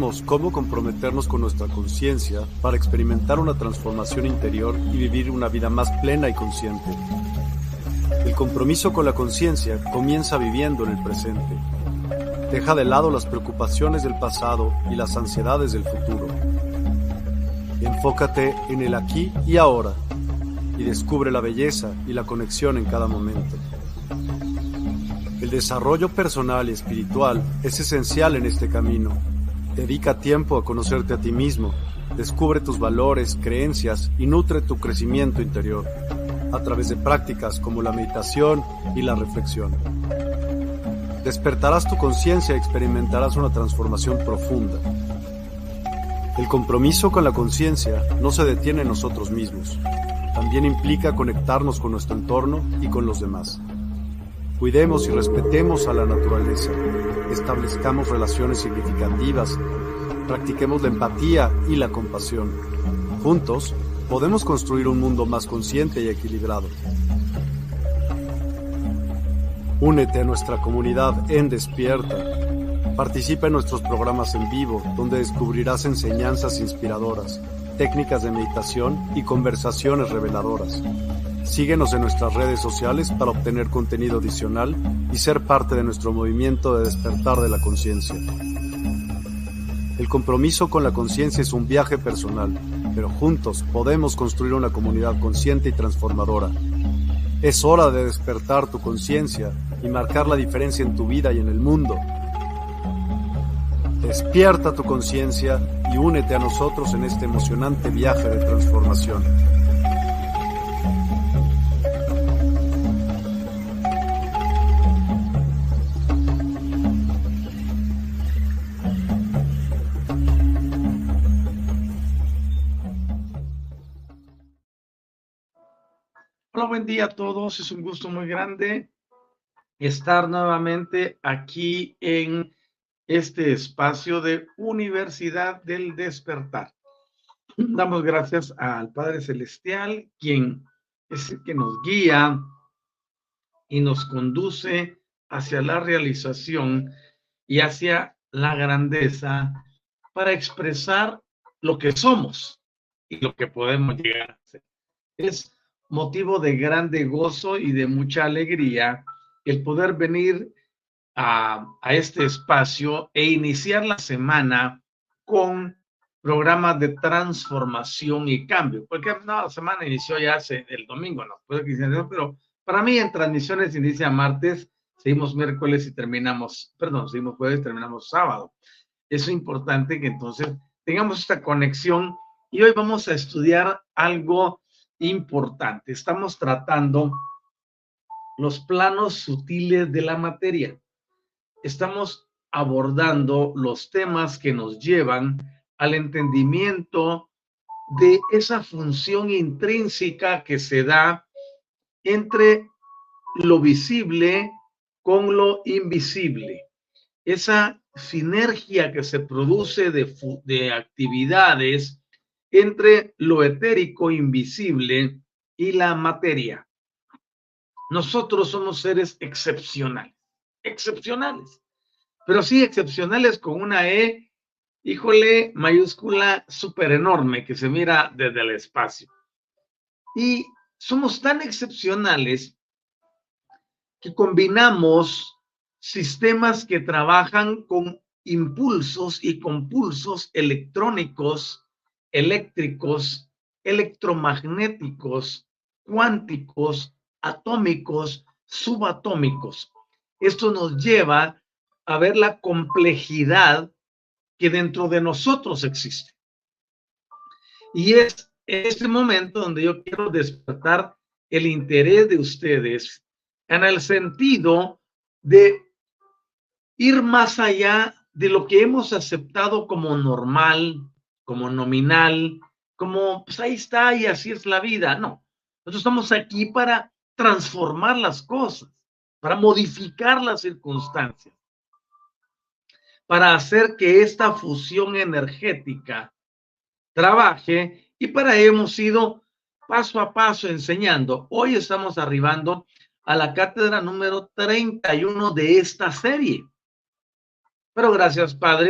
sabemos cómo comprometernos con nuestra conciencia para experimentar una transformación interior y vivir una vida más plena y consciente. El compromiso con la conciencia comienza viviendo en el presente. Deja de lado las preocupaciones del pasado y las ansiedades del futuro. Enfócate en el aquí y ahora y descubre la belleza y la conexión en cada momento. El desarrollo personal y espiritual es esencial en este camino. Dedica tiempo a conocerte a ti mismo, descubre tus valores, creencias y nutre tu crecimiento interior a través de prácticas como la meditación y la reflexión. Despertarás tu conciencia y experimentarás una transformación profunda. El compromiso con la conciencia no se detiene en nosotros mismos. También implica conectarnos con nuestro entorno y con los demás. Cuidemos y respetemos a la naturaleza, establezcamos relaciones significativas, practiquemos la empatía y la compasión. Juntos, podemos construir un mundo más consciente y equilibrado. Únete a nuestra comunidad en Despierta. Participa en nuestros programas en vivo, donde descubrirás enseñanzas inspiradoras, técnicas de meditación y conversaciones reveladoras. Síguenos en nuestras redes sociales para obtener contenido adicional y ser parte de nuestro movimiento de despertar de la conciencia. El compromiso con la conciencia es un viaje personal, pero juntos podemos construir una comunidad consciente y transformadora. Es hora de despertar tu conciencia y marcar la diferencia en tu vida y en el mundo. Despierta tu conciencia y únete a nosotros en este emocionante viaje de transformación. Hola, buen día a todos. Es un gusto muy grande estar nuevamente aquí en este espacio de Universidad del Despertar. Damos gracias al Padre Celestial, quien es el que nos guía y nos conduce hacia la realización y hacia la grandeza para expresar lo que somos y lo que podemos llegar a ser. Es motivo de grande gozo y de mucha alegría el poder venir a este espacio e iniciar la semana con programas de transformación y cambio, porque no, la semana inició ya hace el domingo, no puede que inicie, pero para mí en transmisiones inicia martes, seguimos miércoles y terminamos, perdón, seguimos jueves y terminamos sábado. Es importante que entonces tengamos esta conexión y hoy vamos a estudiar algo importante. Estamos tratando los planos sutiles de la materia. Estamos abordando los temas que nos llevan al entendimiento de esa función intrínseca que se da entre lo visible con lo invisible. Esa sinergia que se produce de actividades entre lo etérico invisible y la materia. Nosotros somos seres excepcionales, pero sí excepcionales con una E, híjole, mayúscula súper enorme que se mira desde el espacio. Y somos tan excepcionales que combinamos sistemas que trabajan con impulsos y compulsos electrónicos, eléctricos, electromagnéticos, cuánticos, atómicos, subatómicos. Esto nos lleva a ver la complejidad que dentro de nosotros existe. Y es en este momento donde yo quiero despertar el interés de ustedes en el sentido de ir más allá de lo que hemos aceptado como normal, como nominal, como pues ahí está y así es la vida. No, nosotros estamos aquí para transformar las cosas, para modificar las circunstancias, para hacer que esta fusión energética trabaje, y para ello hemos ido paso a paso enseñando. Hoy estamos arribando a la cátedra número 31 de esta serie. Pero gracias, Padre,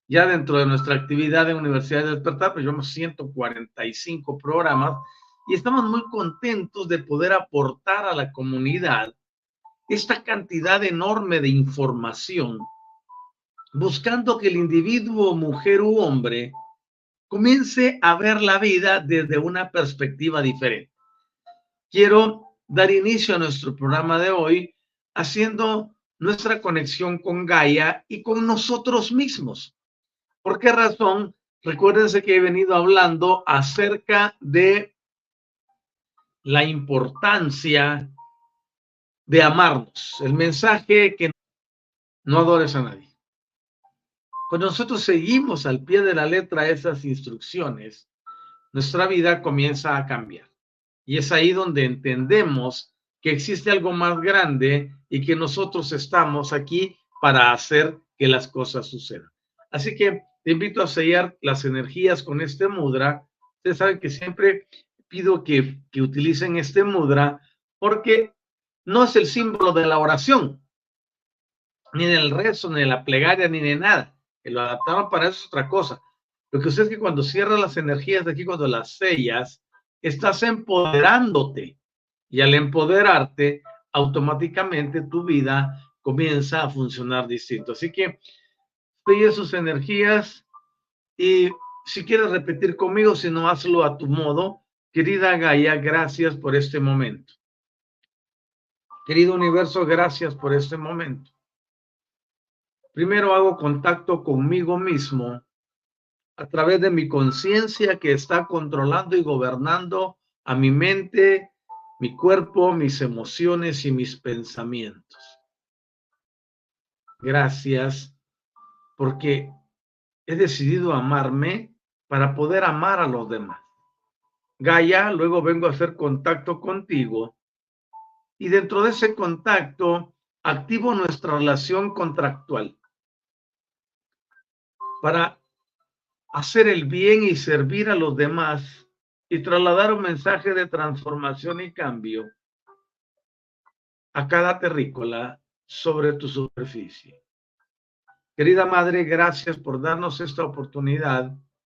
ya dentro de nuestra actividad en Universidad de Despertar, pues llevamos 145 programas y estamos muy contentos de poder aportar a la comunidad esta cantidad enorme de información, buscando que el individuo, mujer u hombre, comience a ver la vida desde una perspectiva diferente. Quiero dar inicio a nuestro programa de hoy haciendo nuestra conexión con Gaia y con nosotros mismos. ¿Por qué razón? Recuérdense que he venido hablando acerca de la importancia de amarnos. El mensaje que no adores a nadie. Cuando nosotros seguimos al pie de la letra esas instrucciones, nuestra vida comienza a cambiar. Y es ahí donde entendemos que existe algo más grande y que nosotros estamos aquí para hacer que las cosas sucedan. Así que te invito a sellar las energías con este mudra. Ustedes saben que siempre pido que utilicen este mudra porque no es el símbolo de la oración, ni del rezo, ni de la plegaria, ni de nada. Que lo adaptaron para eso es otra cosa. Lo que sucede es que cuando cierras las energías de aquí, cuando las sellas, estás empoderándote. Y al empoderarte, automáticamente tu vida comienza a funcionar distinto. Así que sella sus energías y si quieres repetir conmigo, si no, hazlo a tu modo. Querida Gaia, gracias por este momento. Querido universo, gracias por este momento. Primero hago contacto conmigo mismo a través de mi conciencia que está controlando y gobernando a mi mente, mi cuerpo, mis emociones y mis pensamientos. Gracias porque he decidido amarme para poder amar a los demás. Gaia, luego vengo a hacer contacto contigo y dentro de ese contacto activo nuestra relación contractual para hacer el bien y servir a los demás y trasladar un mensaje de transformación y cambio a cada terrícola sobre tu superficie. Querida Madre, gracias por darnos esta oportunidad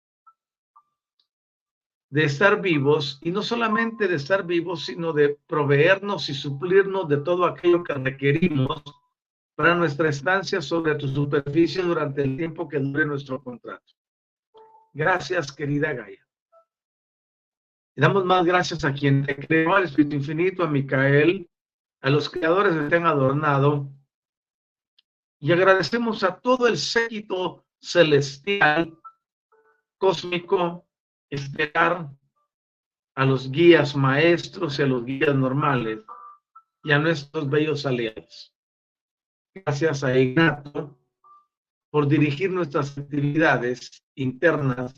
de estar vivos y no solamente de estar vivos, sino de proveernos y suplirnos de todo aquello que requerimos para nuestra estancia sobre tu superficie durante el tiempo que dure nuestro contrato. Gracias, querida Gaia. Y damos más gracias a quien te creó, al Espíritu Infinito, a Micael, a los creadores que te han adornado, y agradecemos a todo el séquito celestial, cósmico, estelar, a los guías maestros y a los guías normales, y a nuestros bellos aliados. Gracias a Ignato por dirigir nuestras actividades internas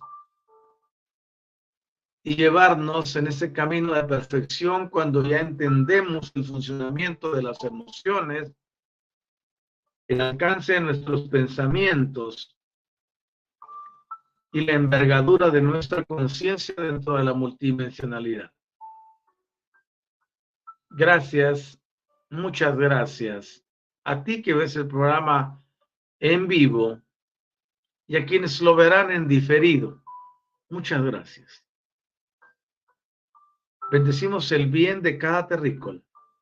y llevarnos en ese camino de perfección cuando ya entendemos el funcionamiento de las emociones, el alcance de nuestros pensamientos y la envergadura de nuestra conciencia dentro de la multidimensionalidad. Gracias, muchas gracias a ti que ves el programa en vivo y a quienes lo verán en diferido. Muchas gracias. Bendecimos el bien de cada terrícola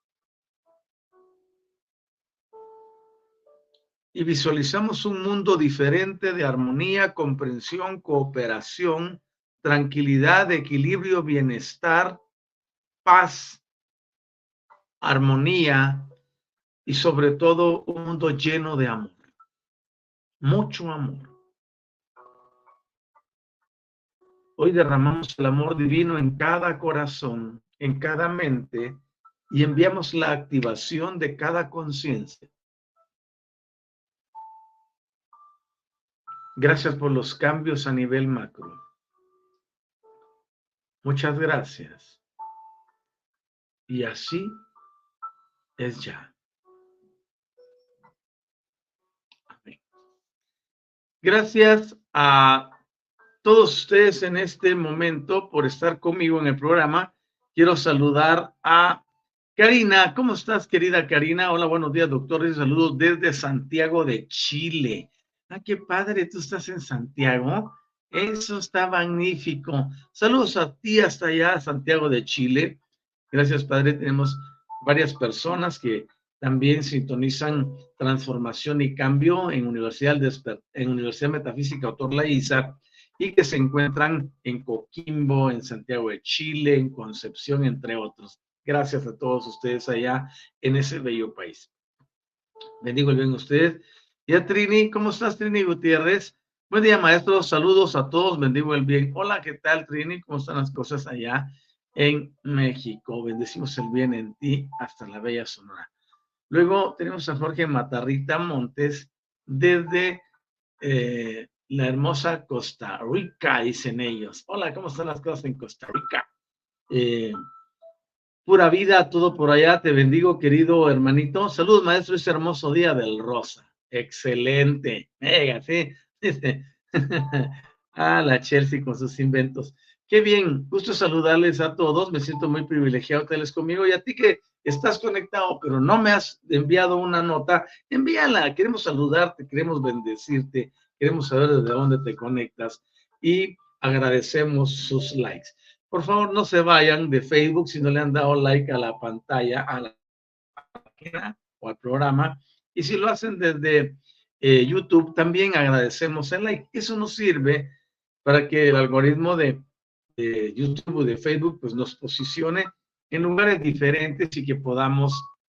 y visualizamos un mundo diferente de armonía, comprensión, cooperación, tranquilidad, equilibrio, bienestar, paz, armonía y sobre todo un mundo lleno de amor. Mucho amor. Hoy derramamos el amor divino en cada corazón, en cada mente y enviamos la activación de cada conciencia. Gracias por los cambios a nivel macro. Muchas gracias. Y así es ya. Amén. Gracias a todos ustedes en este momento por estar conmigo en el programa. Quiero saludar a Karina. ¿Cómo estás, querida Karina? Hola, buenos días, doctores. Saludos desde Santiago de Chile. Ah, qué padre, tú estás en Santiago. Eso está magnífico. Saludos a ti hasta allá, Santiago de Chile. Gracias, padre. Tenemos varias personas que también sintonizan transformación y cambio en Universidad Metafísica Autor Laíza y que se encuentran en Coquimbo, en Santiago de Chile, en Concepción, entre otros. Gracias a todos ustedes allá en ese bello país. Bendigo el bien a usted. Y a Trini, ¿cómo estás, Trini Gutiérrez? Buen día, maestro. Saludos a todos. Bendigo el bien. Hola, ¿qué tal, Trini? ¿Cómo están las cosas allá en México? Bendecimos el bien en ti hasta la bella Sonora. Luego tenemos a Jorge Matarrita Montes desde la hermosa Costa Rica, dicen ellos. Hola, ¿cómo están las cosas en Costa Rica? Pura vida, todo por allá. Te bendigo, querido hermanito. Saludos, maestro, este hermoso día del Rosa. Excelente. Mega, sí. Ah, la Chelsea con sus inventos. Qué bien, gusto saludarles a todos. Me siento muy privilegiado tenerles conmigo. Y a ti que estás conectado, pero no me has enviado una nota, envíala. Queremos saludarte, queremos bendecirte, queremos saber desde dónde te conectas y agradecemos sus likes. Por favor, no se vayan de Facebook si no le han dado like a la pantalla, a la página o al programa. Y si lo hacen desde YouTube, también agradecemos el like. Eso nos sirve para que el algoritmo de YouTube o de Facebook pues nos posicione en lugares diferentes y que podamos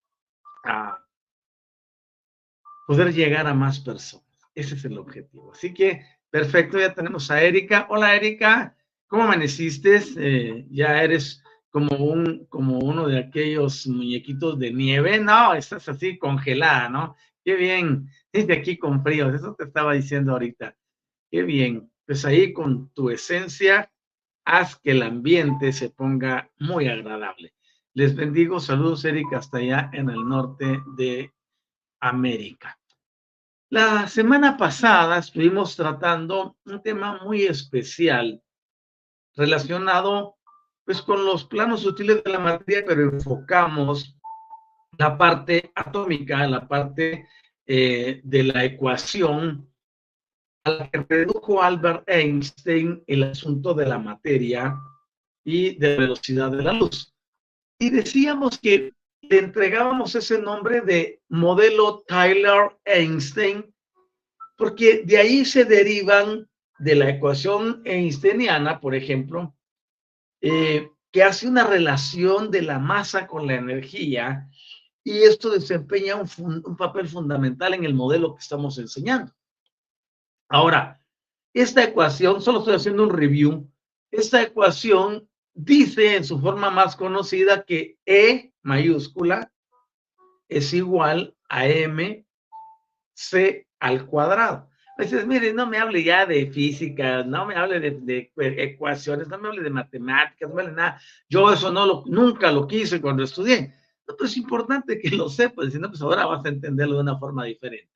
poder llegar a más personas. Ese es el objetivo. Así que, perfecto, ya tenemos a Erika. Hola, Erika, ¿cómo amaneciste? Ya eres como uno de aquellos muñequitos de nieve. No, estás así congelada, ¿no? Qué bien. Desde aquí con frío, eso te estaba diciendo ahorita. Qué bien. Pues ahí con tu esencia, haz que el ambiente se ponga muy agradable. Les bendigo. Saludos, Erika, hasta allá en el norte de América. La semana pasada estuvimos tratando un tema muy especial relacionado pues con los planos sutiles de la materia, pero enfocamos la parte atómica, la parte de la ecuación a la que redujo Albert Einstein el asunto de la materia y de la velocidad de la luz. Y decíamos que le entregábamos ese nombre de modelo Tyler-Einstein porque de ahí se derivan de la ecuación einsteiniana, por ejemplo, que hace una relación de la masa con la energía y esto desempeña un papel fundamental en el modelo que estamos enseñando. Ahora, esta ecuación, solo estoy haciendo un review, esta ecuación dice en su forma más conocida que E mayúscula es igual a MC al cuadrado. Dices, mire, no me hable ya de física, no me hable de ecuaciones, no me hable de matemáticas, no me hable de nada. Yo eso nunca lo quise cuando estudié. No, pero es importante que lo sepas, si no, pues ahora vas a entenderlo de una forma diferente.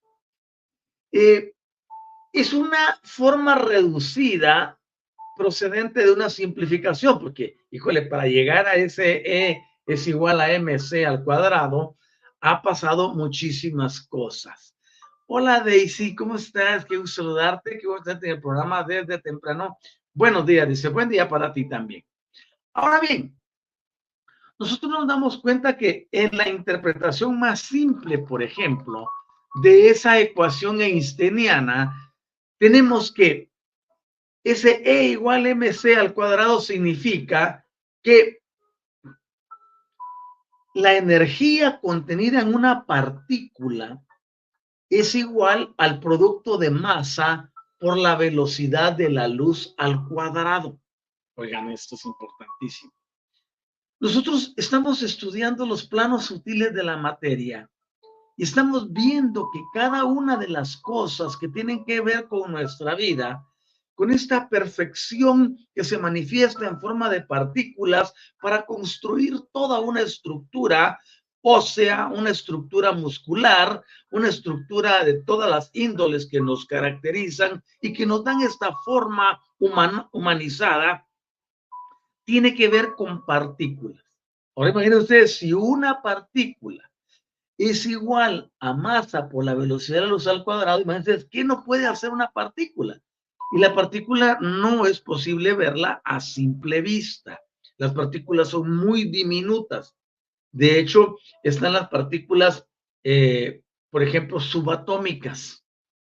Es una forma reducida procedente de una simplificación, porque, híjole, para llegar a ese E es igual a MC al cuadrado, ha pasado muchísimas cosas. Hola Daisy, ¿cómo estás? Qué gusto saludarte, qué gusto estar en el programa desde temprano. Buenos días, dice, buen día para ti también. Ahora bien, nosotros nos damos cuenta que en la interpretación más simple, por ejemplo, de esa ecuación einsteiniana, tenemos que ese E igual MC al cuadrado significa que la energía contenida en una partícula es igual al producto de masa por la velocidad de la luz al cuadrado. Oigan, esto es importantísimo. Nosotros estamos estudiando los planos sutiles de la materia y estamos viendo que cada una de las cosas que tienen que ver con nuestra vida, con esta perfección que se manifiesta en forma de partículas para construir toda una estructura ósea, una estructura muscular, una estructura de todas las índoles que nos caracterizan y que nos dan esta forma humanizada, tiene que ver con partículas. Ahora imaginen ustedes si una partícula es igual a masa por la velocidad de la luz al cuadrado. Imagínense, ¿qué no puede hacer una partícula? Y la partícula no es posible verla a simple vista. Las partículas son muy diminutas. De hecho, están las partículas, por ejemplo, subatómicas.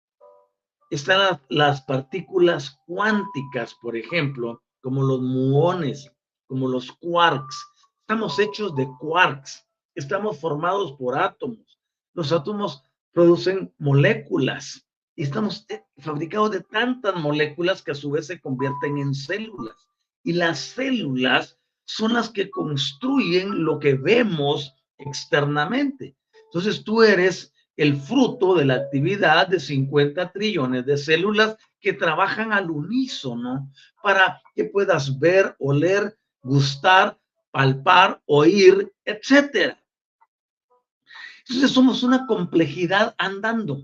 Están las partículas cuánticas, por ejemplo, como los muones, como los quarks. Estamos hechos de quarks. Estamos formados por átomos. Los átomos producen moléculas y estamos fabricados de tantas moléculas que a su vez se convierten en células. Y las células son las que construyen lo que vemos externamente. Entonces tú eres el fruto de la actividad de 50 trillones de células que trabajan al unísono para que puedas ver, oler, gustar, palpar, oír, etcétera. Entonces somos una complejidad andando.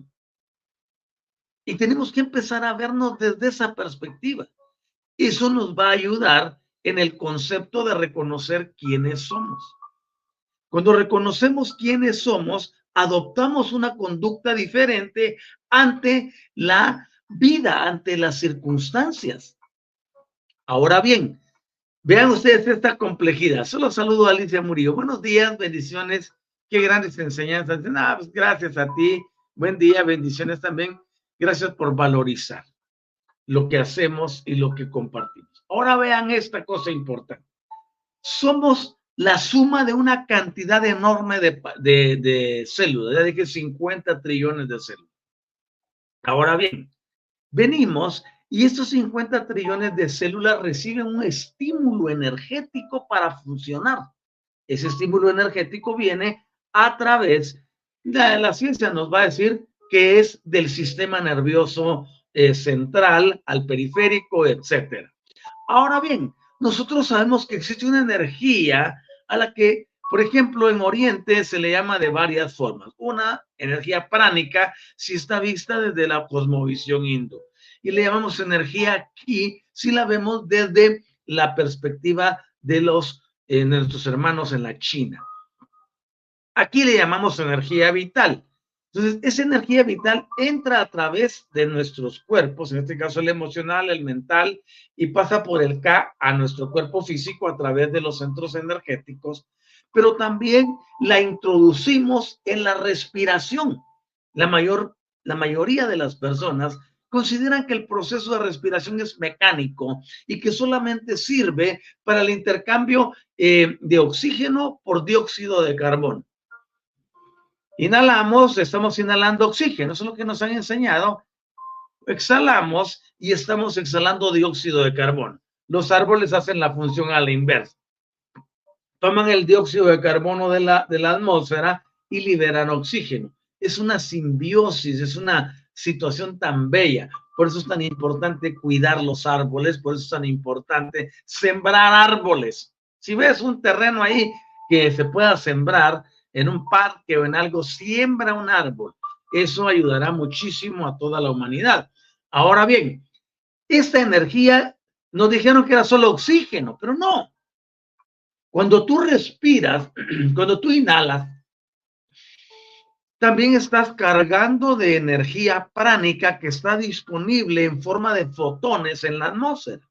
Y tenemos que empezar a vernos desde esa perspectiva. Eso nos va a ayudar en el concepto de reconocer quiénes somos. Cuando reconocemos quiénes somos, adoptamos una conducta diferente ante la vida, ante las circunstancias. Ahora bien, vean ustedes esta complejidad. Solo saludo a Alicia Murillo. Buenos días, bendiciones. Qué grandes enseñanzas. Pues gracias a ti. Buen día, bendiciones también. Gracias por valorizar lo que hacemos y lo que compartimos. Ahora vean esta cosa importante. Somos la suma de una cantidad enorme de células, ya dije 50 trillones de células. Ahora bien, venimos y estos 50 trillones de células reciben un estímulo energético para funcionar. Ese estímulo energético viene a través de la ciencia, nos va a decir que es del sistema nervioso central al periférico, etcétera. Ahora bien, nosotros sabemos que existe una energía a la que, por ejemplo, en Oriente se le llama de varias formas. Una, energía pránica, si está vista desde la cosmovisión hindú. Y le llamamos energía ki, si la vemos desde la perspectiva de nuestros hermanos en la China. Aquí le llamamos energía vital. Entonces, esa energía vital entra a través de nuestros cuerpos, en este caso el emocional, el mental, y pasa por el K a nuestro cuerpo físico a través de los centros energéticos, pero también la introducimos en la respiración. La mayoría de las personas consideran que el proceso de respiración es mecánico y que solamente sirve para el intercambio de oxígeno por dióxido de carbono. Inhalamos, estamos inhalando oxígeno, eso es lo que nos han enseñado. Exhalamos y estamos exhalando dióxido de carbono. Los árboles hacen la función a la inversa. Toman el dióxido de carbono de la atmósfera y liberan oxígeno. Es una simbiosis, es una situación tan bella. Por eso es tan importante cuidar los árboles, por eso es tan importante sembrar árboles. Si ves un terreno ahí que se pueda sembrar, en un parque o en algo, siembra un árbol. Eso ayudará muchísimo a toda la humanidad. Ahora bien, esta energía nos dijeron que era solo oxígeno, pero no. Cuando tú respiras, cuando tú inhalas, también estás cargando de energía pránica que está disponible en forma de fotones en la atmósfera.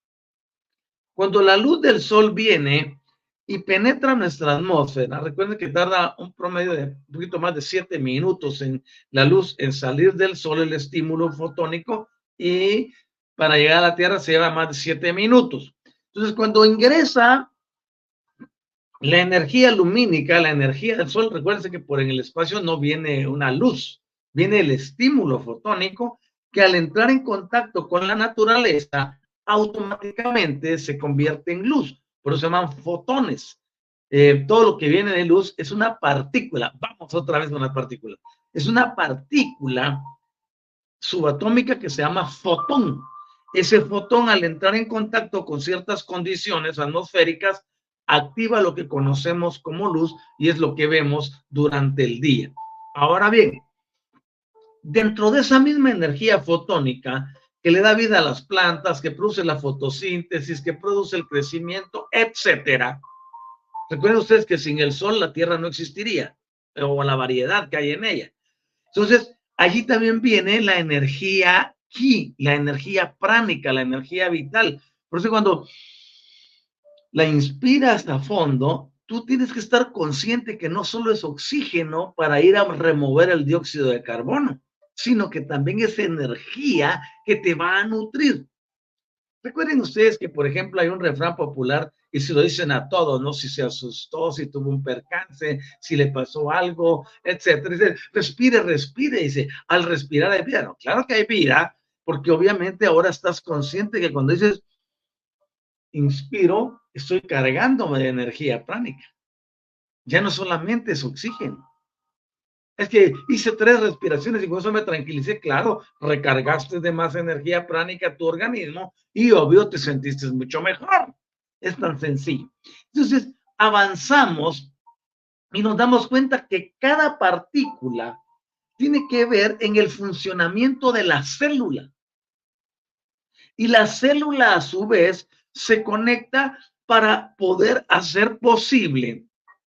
Cuando la luz del sol viene y penetra nuestra atmósfera, recuerden que tarda un promedio de un poquito más de 7 minutos en la luz en salir del sol, el estímulo fotónico, y para llegar a la Tierra se lleva más de 7 minutos. Entonces, cuando ingresa la energía lumínica, la energía del sol, recuerden que por en el espacio no viene una luz, viene el estímulo fotónico que al entrar en contacto con la naturaleza, automáticamente se convierte en luz. Por eso se llaman fotones. Todo lo que viene de luz es una partícula. Vamos otra vez con la partícula. Es una partícula subatómica que se llama fotón. Ese fotón, al entrar en contacto con ciertas condiciones atmosféricas, activa lo que conocemos como luz y es lo que vemos durante el día. Ahora bien, dentro de esa misma energía fotónica que le da vida a las plantas, que produce la fotosíntesis, que produce el crecimiento, etcétera. Recuerden ustedes que sin el sol la Tierra no existiría. o la variedad que hay en ella. Entonces, allí también viene la energía ki, la energía pránica, la energía vital. Por eso cuando la inspiras a fondo, tú tienes que estar consciente que no solo es oxígeno para ir a remover el dióxido de carbono, sino que también es energía que te va a nutrir. Recuerden ustedes que, por ejemplo, hay un refrán popular y se lo dicen a todos, ¿no? Si se asustó, si tuvo un percance, si le pasó algo, etcétera. Dice, respire, respire. Dice, al respirar hay vida. No, claro que hay vida, porque obviamente ahora estás consciente que cuando dices inspiro, estoy cargándome de energía pránica. Ya no solamente es oxígeno. Es que hice 3 respiraciones y con eso me tranquilicé. Claro, recargaste de más energía pránica tu organismo y obvio te sentiste mucho mejor. Es tan sencillo. Entonces, avanzamos y nos damos cuenta que cada partícula tiene que ver en el funcionamiento de la célula. Y la célula, a su vez, se conecta para poder hacer posible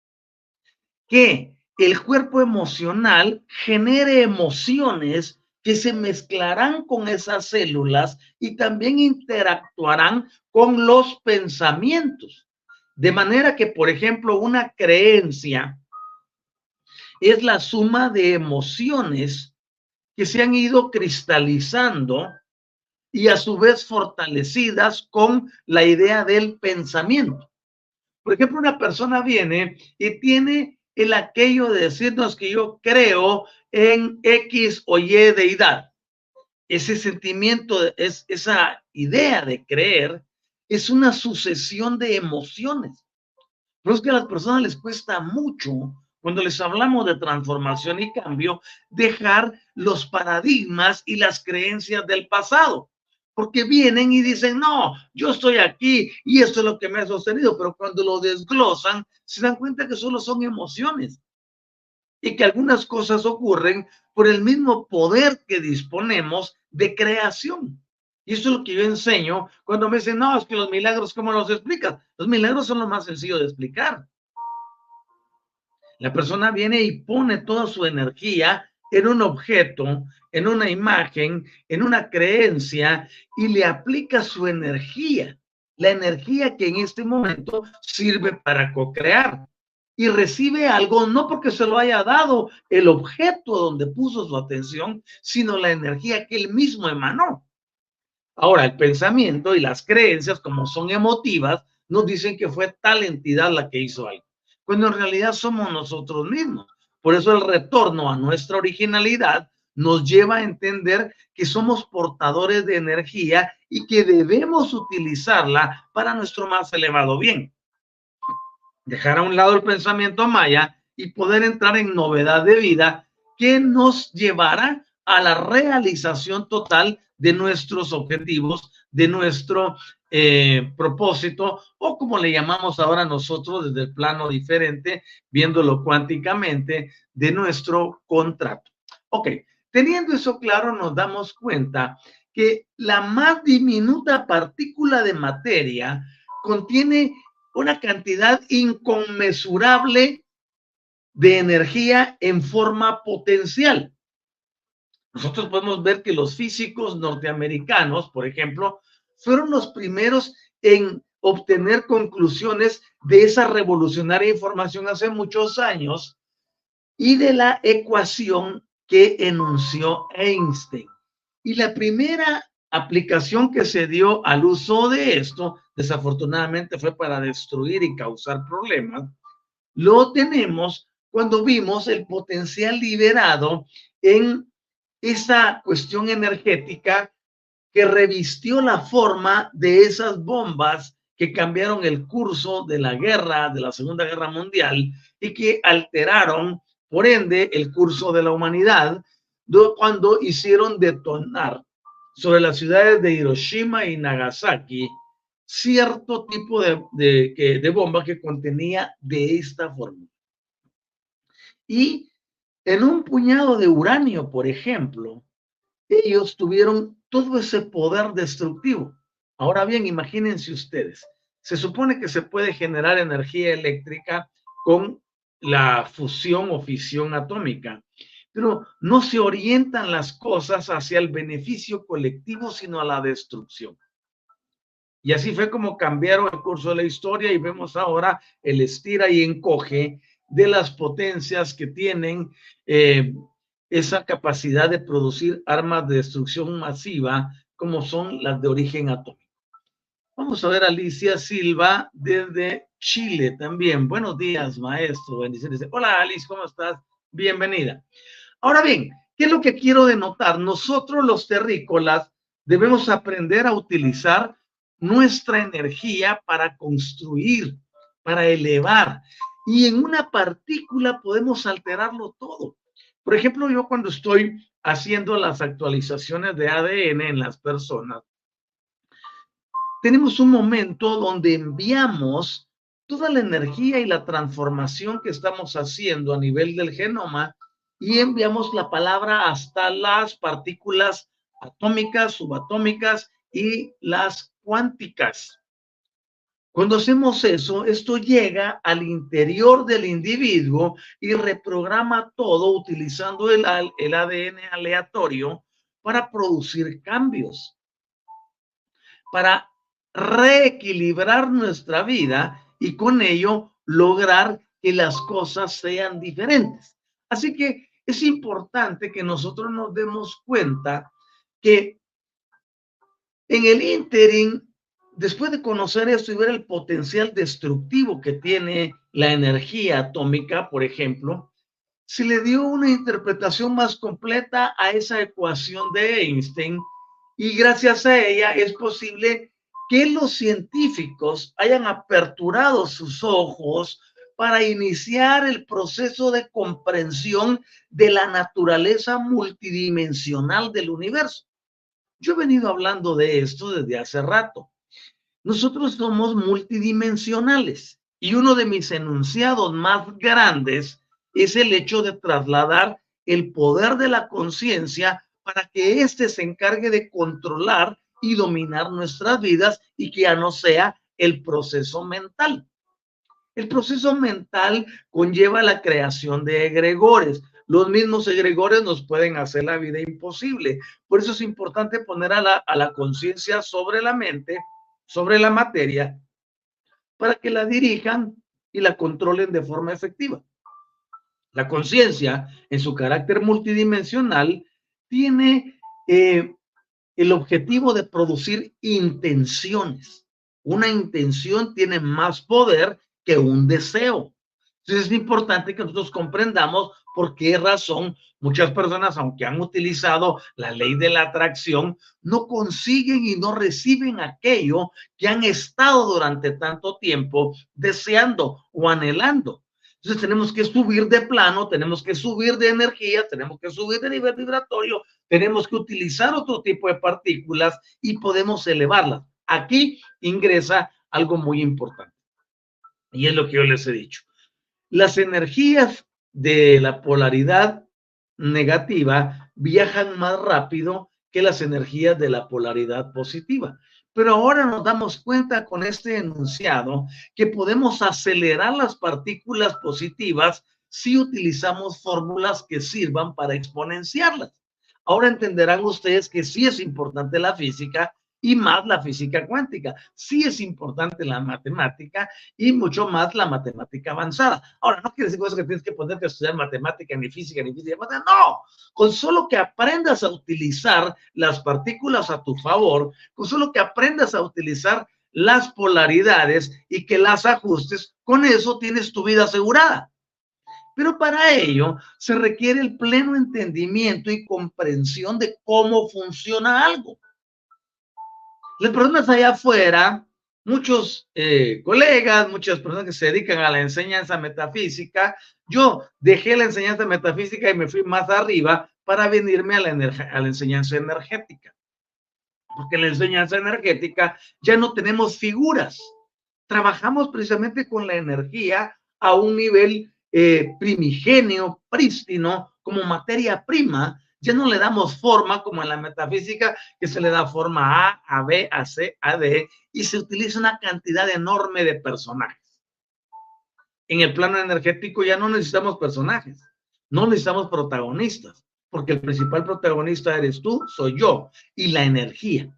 que el cuerpo emocional genere emociones que se mezclarán con esas células y también interactuarán con los pensamientos. De manera que, por ejemplo, una creencia es la suma de emociones que se han ido cristalizando y a su vez fortalecidas con la idea del pensamiento. Por ejemplo, una persona viene y tiene el aquello de decirnos que yo creo en X o Y deidad. Ese sentimiento, esa idea de creer, es una sucesión de emociones. Pero es que a las personas les cuesta mucho, cuando les hablamos de transformación y cambio, dejar los paradigmas y las creencias del pasado. Porque vienen y dicen, no, yo estoy aquí y esto es lo que me ha sostenido, pero cuando lo desglosan, se dan cuenta que solo son emociones y que algunas cosas ocurren por el mismo poder que disponemos de creación. Y eso es lo que yo enseño cuando me dicen, no, es que los milagros, ¿cómo los explicas? Los milagros son lo más sencillo de explicar. La persona viene y pone toda su energía en un objeto, en una imagen, en una creencia y le aplica su energía, la energía que en este momento sirve para co-crear. Y recibe algo no porque se lo haya dado el objeto donde puso su atención, sino la energía que él mismo emanó. Ahora, el pensamiento y las creencias, como son emotivas, nos dicen que fue tal entidad la que hizo algo, cuando en realidad somos nosotros mismos. Por eso el retorno a nuestra originalidad nos lleva a entender que somos portadores de energía y que debemos utilizarla para nuestro más elevado bien. Dejar a un lado el pensamiento maya y poder entrar en novedad de vida que nos llevará a la realización total de nuestros objetivos, de nuestro propósito, o como le llamamos ahora nosotros desde el plano diferente, viéndolo cuánticamente, de nuestro contrato. Ok, teniendo eso claro, nos damos cuenta que la más diminuta partícula de materia contiene una cantidad inconmensurable de energía en forma potencial. Nosotros podemos ver que los físicos norteamericanos, por ejemplo, fueron los primeros en obtener conclusiones de esa revolucionaria información hace muchos años y de la ecuación que enunció Einstein. Y la primera aplicación que se dio al uso de esto, desafortunadamente fue para destruir y causar problemas, lo tenemos cuando vimos el potencial liberado en esa cuestión energética que revistió la forma de esas bombas que cambiaron el curso de la guerra, de la Segunda Guerra Mundial, y que alteraron, por ende, el curso de la humanidad cuando hicieron detonar sobre las ciudades de Hiroshima y Nagasaki cierto tipo de bomba que contenía de esta forma. Y en un puñado de uranio, por ejemplo, ellos tuvieron todo ese poder destructivo. Ahora bien, imagínense ustedes, se supone que se puede generar energía eléctrica con la fusión o fisión atómica, pero no se orientan las cosas hacia el beneficio colectivo, sino a la destrucción. Y así fue como cambiaron el curso de la historia y vemos ahora el estira y encoge de las potencias que tienen esa capacidad de producir armas de destrucción masiva, como son las de origen atómico. Vamos a ver a Alicia Silva desde Chile también. Buenos días, maestro. Bendiciones. Hola, Alice, ¿cómo estás? Bienvenida. Ahora bien, ¿qué es lo que quiero denotar? Nosotros los terrícolas debemos aprender a utilizar nuestra energía para construir, para elevar. Y en una partícula podemos alterarlo todo. Por ejemplo, yo cuando estoy haciendo las actualizaciones de ADN en las personas, tenemos un momento donde enviamos toda la energía y la transformación que estamos haciendo a nivel del genoma y enviamos la palabra hasta las partículas atómicas, subatómicas y las cuánticas. Cuando hacemos eso, esto llega al interior del individuo y reprograma todo utilizando el ADN aleatorio para producir cambios, para reequilibrar nuestra vida y con ello lograr que las cosas sean diferentes. Así que es importante que nosotros nos demos cuenta que en el ínterin, después de conocer esto y ver el potencial destructivo que tiene la energía atómica, por ejemplo, se le dio una interpretación más completa a esa ecuación de Einstein y gracias a ella es posible que los científicos hayan aperturado sus ojos para iniciar el proceso de comprensión de la naturaleza multidimensional del universo. Yo he venido hablando de esto desde hace rato. Nosotros somos multidimensionales y uno de mis enunciados más grandes es el hecho de trasladar el poder de la conciencia para que éste se encargue de controlar y dominar nuestras vidas y que ya no sea el proceso mental. El proceso mental conlleva la creación de egregores. Los mismos egregores nos pueden hacer la vida imposible. Por eso es importante poner a la conciencia sobre la mente, sobre la materia, para que la dirijan y la controlen de forma efectiva. La conciencia, en su carácter multidimensional, tiene el objetivo de producir intenciones. Una intención tiene más poder que un deseo. Entonces es importante que nosotros comprendamos por qué razón muchas personas, aunque han utilizado la ley de la atracción, no consiguen y no reciben aquello que han estado durante tanto tiempo deseando o anhelando. Entonces tenemos que subir de plano, tenemos que subir de energía, tenemos que subir de nivel vibratorio, tenemos que utilizar otro tipo de partículas y podemos elevarlas. Aquí ingresa algo muy importante. Y es lo que yo les he dicho. Las energías de la polaridad negativa viajan más rápido que las energías de la polaridad positiva. Pero ahora nos damos cuenta con este enunciado que podemos acelerar las partículas positivas si utilizamos fórmulas que sirvan para exponenciarlas. Ahora entenderán ustedes que sí es importante la física y más la física cuántica. Sí es importante la matemática y mucho más la matemática avanzada. Ahora, no quiere decir eso que tienes que ponerte a estudiar matemática, ni física, no. Con solo que aprendas a utilizar las partículas a tu favor, con solo que aprendas a utilizar las polaridades y que las ajustes, con eso tienes tu vida asegurada. Pero para ello se requiere el pleno entendimiento y comprensión de cómo funciona algo. Las personas allá afuera, muchos colegas, muchas personas que se dedican a la enseñanza metafísica, yo dejé la enseñanza metafísica y me fui más arriba para venirme a la enseñanza energética. Porque en la enseñanza energética ya no tenemos figuras. Trabajamos precisamente con la energía a un nivel primigenio, prístino, como materia prima. Ya no le damos forma como en la metafísica, que se le da forma a B, a C, a D, y se utiliza una cantidad enorme de personajes. En el plano energético ya no necesitamos personajes, no necesitamos protagonistas, porque el principal protagonista eres tú, soy yo, y la energía.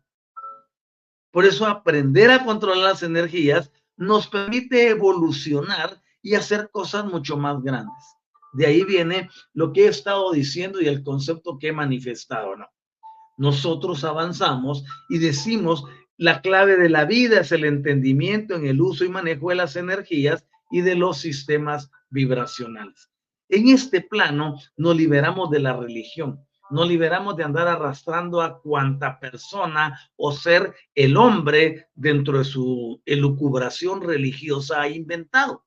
Por eso aprender a controlar las energías nos permite evolucionar y hacer cosas mucho más grandes. De ahí viene lo que he estado diciendo y el concepto que he manifestado, ¿no? Nosotros avanzamos y decimos la clave de la vida es el entendimiento en el uso y manejo de las energías y de los sistemas vibracionales. En este plano nos liberamos de la religión, nos liberamos de andar arrastrando a cuanta persona o ser el hombre dentro de su elucubración religiosa ha inventado.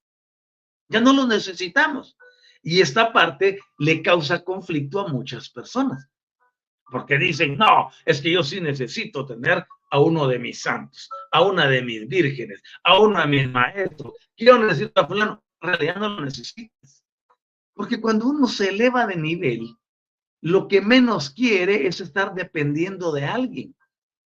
Ya no lo necesitamos. Y esta parte le causa conflicto a muchas personas. Porque dicen, no, es que yo sí necesito tener a uno de mis santos, a una de mis vírgenes, a uno de mis maestros. Yo necesito a fulano. En realidad no lo necesitas. Porque cuando uno se eleva de nivel, lo que menos quiere es estar dependiendo de alguien.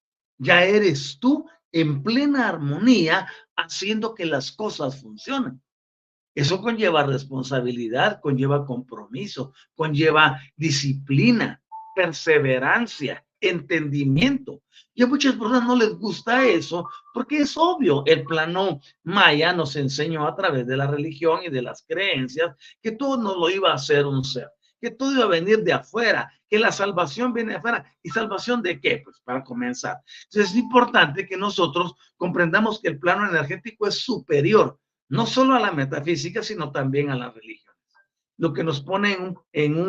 Ya eres tú en plena armonía haciendo que las cosas funcionen. Eso conlleva responsabilidad, conlleva compromiso, conlleva disciplina, perseverancia, entendimiento. Y a muchas personas no les gusta eso porque es obvio, el plano maya nos enseñó a través de la religión y de las creencias que todo nos lo iba a hacer un ser, que todo iba a venir de afuera, que la salvación viene de afuera. ¿Y salvación de qué? Pues para comenzar. Entonces es importante que nosotros comprendamos que el plano energético es superior, no solo a la metafísica, sino también a la religión. Lo que nos pone en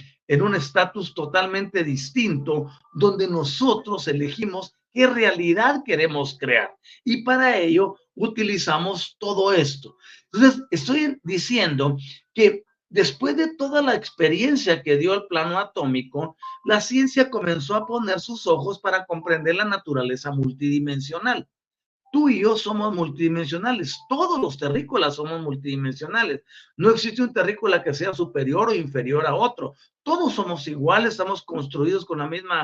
un estatus totalmente distinto, donde nosotros elegimos qué realidad queremos crear. Y para ello utilizamos todo esto. Entonces, estoy diciendo que después de toda la experiencia que dio el plano atómico, la ciencia comenzó a poner sus ojos para comprender la naturaleza multidimensional. Tú y yo somos multidimensionales, todos los terrícolas somos multidimensionales. No existe un terrícola que sea superior o inferior a otro. Todos somos iguales, estamos construidos con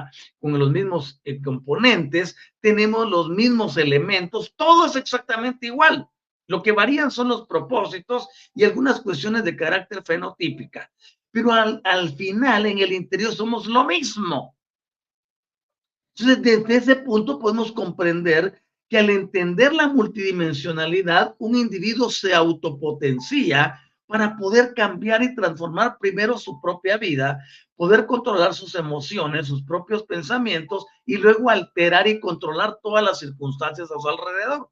los mismos componentes, tenemos los mismos elementos, todo es exactamente igual. Lo que varían son los propósitos y algunas cuestiones de carácter fenotípica. Pero al final, en el interior, somos lo mismo. Entonces, desde ese punto podemos comprender que al entender la multidimensionalidad, un individuo se autopotencia para poder cambiar y transformar primero su propia vida, poder controlar sus emociones, sus propios pensamientos y luego alterar y controlar todas las circunstancias a su alrededor.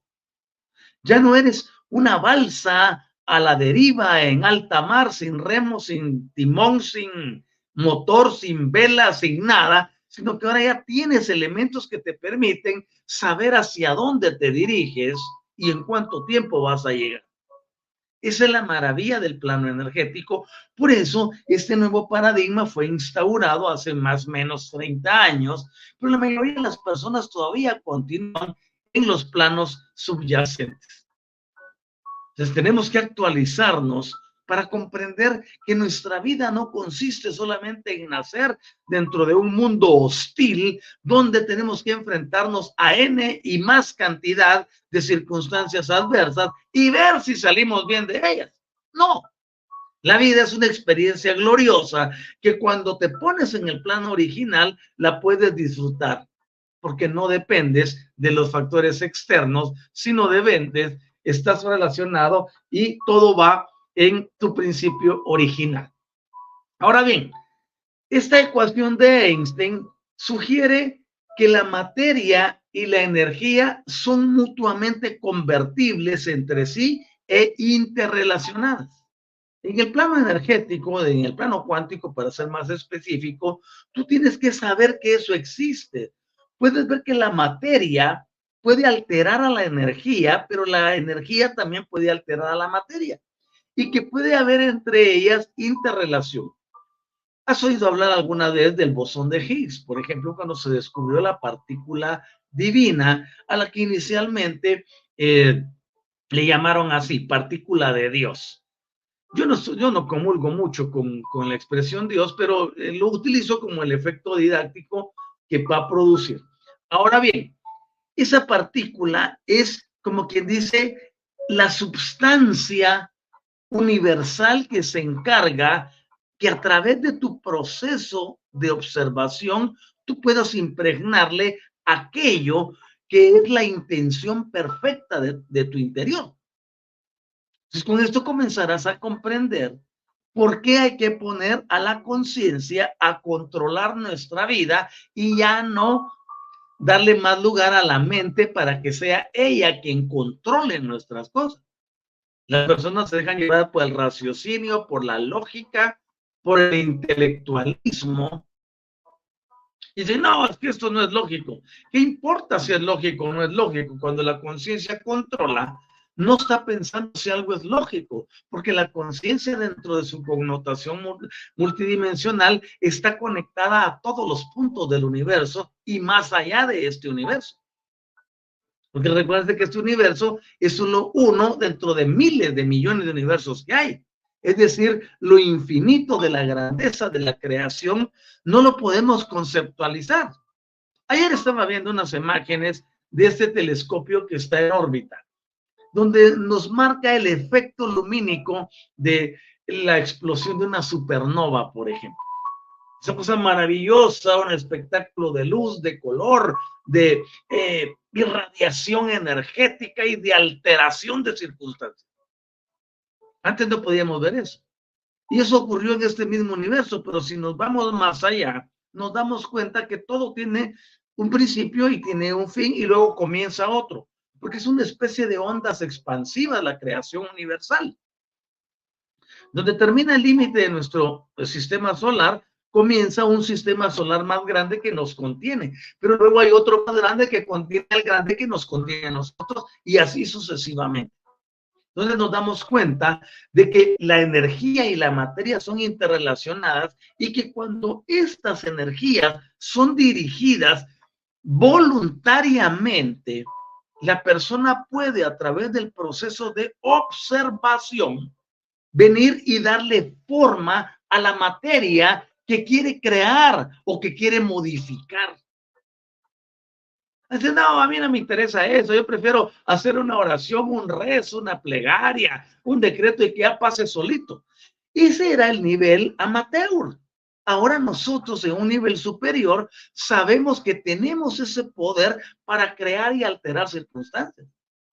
Ya no eres una balsa a la deriva en alta mar, sin remo, sin timón, sin motor, sin vela, sin nada, sino que ahora ya tienes elementos que te permiten saber hacia dónde te diriges y en cuánto tiempo vas a llegar. Esa es la maravilla del plano energético. Por eso, este nuevo paradigma fue instaurado hace más o menos 30 años, pero la mayoría de las personas todavía continúan en los planos subyacentes. Entonces, tenemos que actualizarnos para comprender que nuestra vida no consiste solamente en nacer dentro de un mundo hostil donde tenemos que enfrentarnos a N y más cantidad de circunstancias adversas y ver si salimos bien de ellas. No, la vida es una experiencia gloriosa que cuando te pones en el plano original la puedes disfrutar porque no dependes de los factores externos, sino dependes, estás relacionado y todo va en tu principio original. Ahora bien, esta ecuación de Einstein sugiere que la materia y la energía son mutuamente convertibles entre sí e interrelacionadas. En el plano energético, en el plano cuántico, para ser más específico, tú tienes que saber que eso existe. Puedes ver que la materia puede alterar a la energía, pero la energía también puede alterar a la materia y que puede haber entre ellas interrelación. ¿Has oído hablar alguna vez del bosón de Higgs? Por ejemplo, cuando se descubrió la partícula divina, a la que inicialmente le llamaron así, partícula de Dios. Yo no comulgo mucho con la expresión Dios, pero lo utilizo como el efecto didáctico que va a producir. Ahora bien, esa partícula es como quien dice la substancia universal que se encarga que a través de tu proceso de observación tú puedas impregnarle aquello que es la intención perfecta de tu interior. Entonces, con esto comenzarás a comprender por qué hay que poner a la conciencia a controlar nuestra vida y ya no darle más lugar a la mente para que sea ella quien controle nuestras cosas. Las personas se dejan llevar por el raciocinio, por la lógica, por el intelectualismo. Y dicen, no, es que esto no es lógico. ¿Qué importa si es lógico o no es lógico? Cuando la conciencia controla, no está pensando si algo es lógico, porque la conciencia dentro de su connotación multidimensional está conectada a todos los puntos del universo y más allá de este universo. Porque recuerden que este universo es solo uno dentro de miles de millones de universos que hay. Es decir, lo infinito de la grandeza de la creación no lo podemos conceptualizar. Ayer estaba viendo unas imágenes de este telescopio que está en órbita, donde nos marca el efecto lumínico de la explosión de una supernova, por ejemplo. Esa cosa maravillosa, un espectáculo de luz, de color, de irradiación energética y de alteración de circunstancias. Antes no podíamos ver eso. Y eso ocurrió en este mismo universo, pero si nos vamos más allá, nos damos cuenta que todo tiene un principio y tiene un fin y luego comienza otro, porque es una especie de ondas expansivas la creación universal. Donde termina el límite de nuestro sistema solar, comienza un sistema solar más grande que nos contiene, pero luego hay otro más grande que contiene al grande que nos contiene a nosotros y así sucesivamente. Entonces nos damos cuenta de que la energía y la materia son interrelacionadas y que cuando estas energías son dirigidas voluntariamente, la persona puede a través del proceso de observación venir y darle forma a la materia que quiere crear o que quiere modificar. Dice, no, a mí no me interesa eso, yo prefiero hacer una oración, un rezo, una plegaria, un decreto y que ya pase solito. Ese era el nivel amateur. Ahora nosotros en un nivel superior sabemos que tenemos ese poder para crear y alterar circunstancias.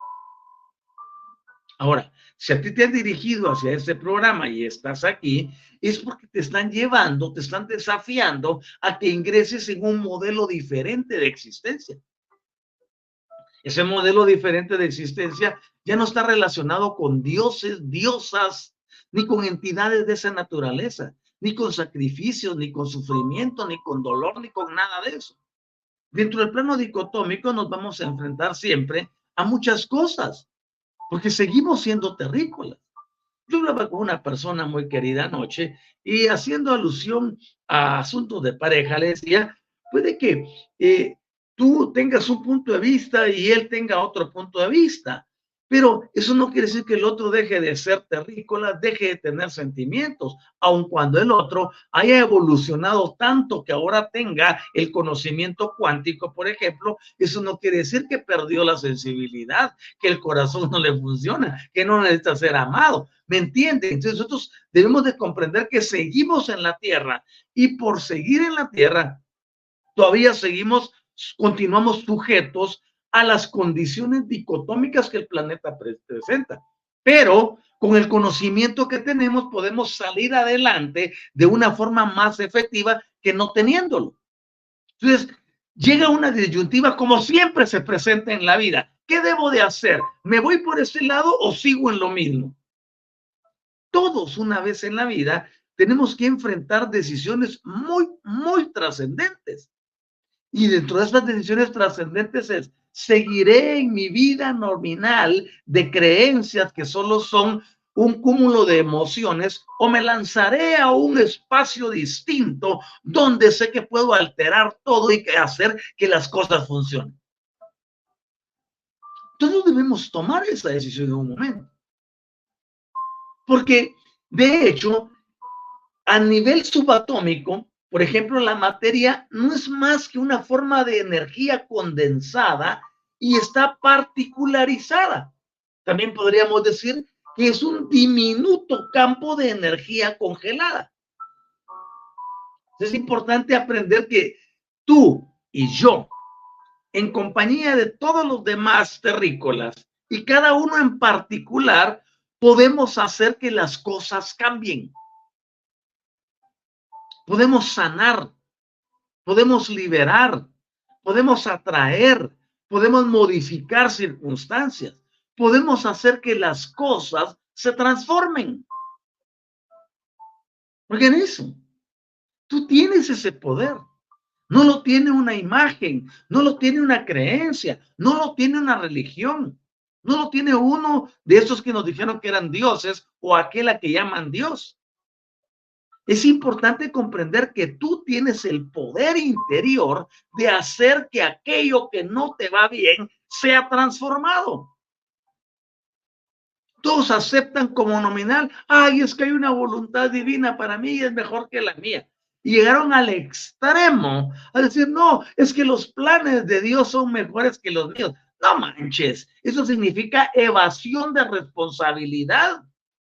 Ahora, si a ti te has dirigido hacia este programa y estás aquí, es porque te están llevando, te están desafiando a que ingreses en un modelo diferente de existencia. Ese modelo diferente de existencia ya no está relacionado con dioses, diosas, ni con entidades de esa naturaleza, ni con sacrificios, ni con sufrimiento, ni con dolor, ni con nada de eso. Dentro del plano dicotómico nos vamos a enfrentar siempre a muchas cosas, porque seguimos siendo terrícolas. Yo hablaba con una persona muy querida anoche y haciendo alusión a asuntos de pareja, le decía, puede que tú tengas un punto de vista y él tenga otro punto de vista, pero eso no quiere decir que el otro deje de ser terrícola, deje de tener sentimientos, aun cuando el otro haya evolucionado tanto que ahora tenga el conocimiento cuántico, por ejemplo, eso no quiere decir que perdió la sensibilidad, que el corazón no le funciona, que no necesita ser amado. ¿Me entienden? Entonces nosotros debemos de comprender que seguimos en la tierra y por seguir en la tierra todavía continuamos sujetos a las condiciones dicotómicas que el planeta presenta. Pero con el conocimiento que tenemos podemos salir adelante de una forma más efectiva que no teniéndolo. Entonces, llega una disyuntiva como siempre se presenta en la vida. ¿Qué debo de hacer? ¿Me voy por ese lado o sigo en lo mismo? Todos una vez en la vida tenemos que enfrentar decisiones muy, muy trascendentes. Y dentro de estas decisiones trascendentes es, seguiré en mi vida nominal de creencias que solo son un cúmulo de emociones o me lanzaré a un espacio distinto donde sé que puedo alterar todo y hacer que las cosas funcionen. Todos debemos tomar esa decisión en un momento. Porque, de hecho, a nivel subatómico, por ejemplo, la materia no es más que una forma de energía condensada y está particularizada. También podríamos decir que es un diminuto campo de energía congelada. Es importante aprender que tú y yo, en compañía de todos los demás terrícolas, y cada uno en particular, podemos hacer que las cosas cambien. Podemos sanar, podemos liberar, podemos atraer, podemos modificar circunstancias, podemos hacer que las cosas se transformen. Oigan eso, tú tienes ese poder. No lo tiene una imagen, no lo tiene una creencia, no lo tiene una religión, no lo tiene uno de esos que nos dijeron que eran dioses o aquel a que llaman Dios. Es importante comprender que tú tienes el poder interior de hacer que aquello que no te va bien sea transformado. Todos aceptan como nominal, ay, es que hay una voluntad divina para mí y es mejor que la mía. Y llegaron al extremo a decir, no, es que los planes de Dios son mejores que los míos. No manches, eso significa evasión de responsabilidad.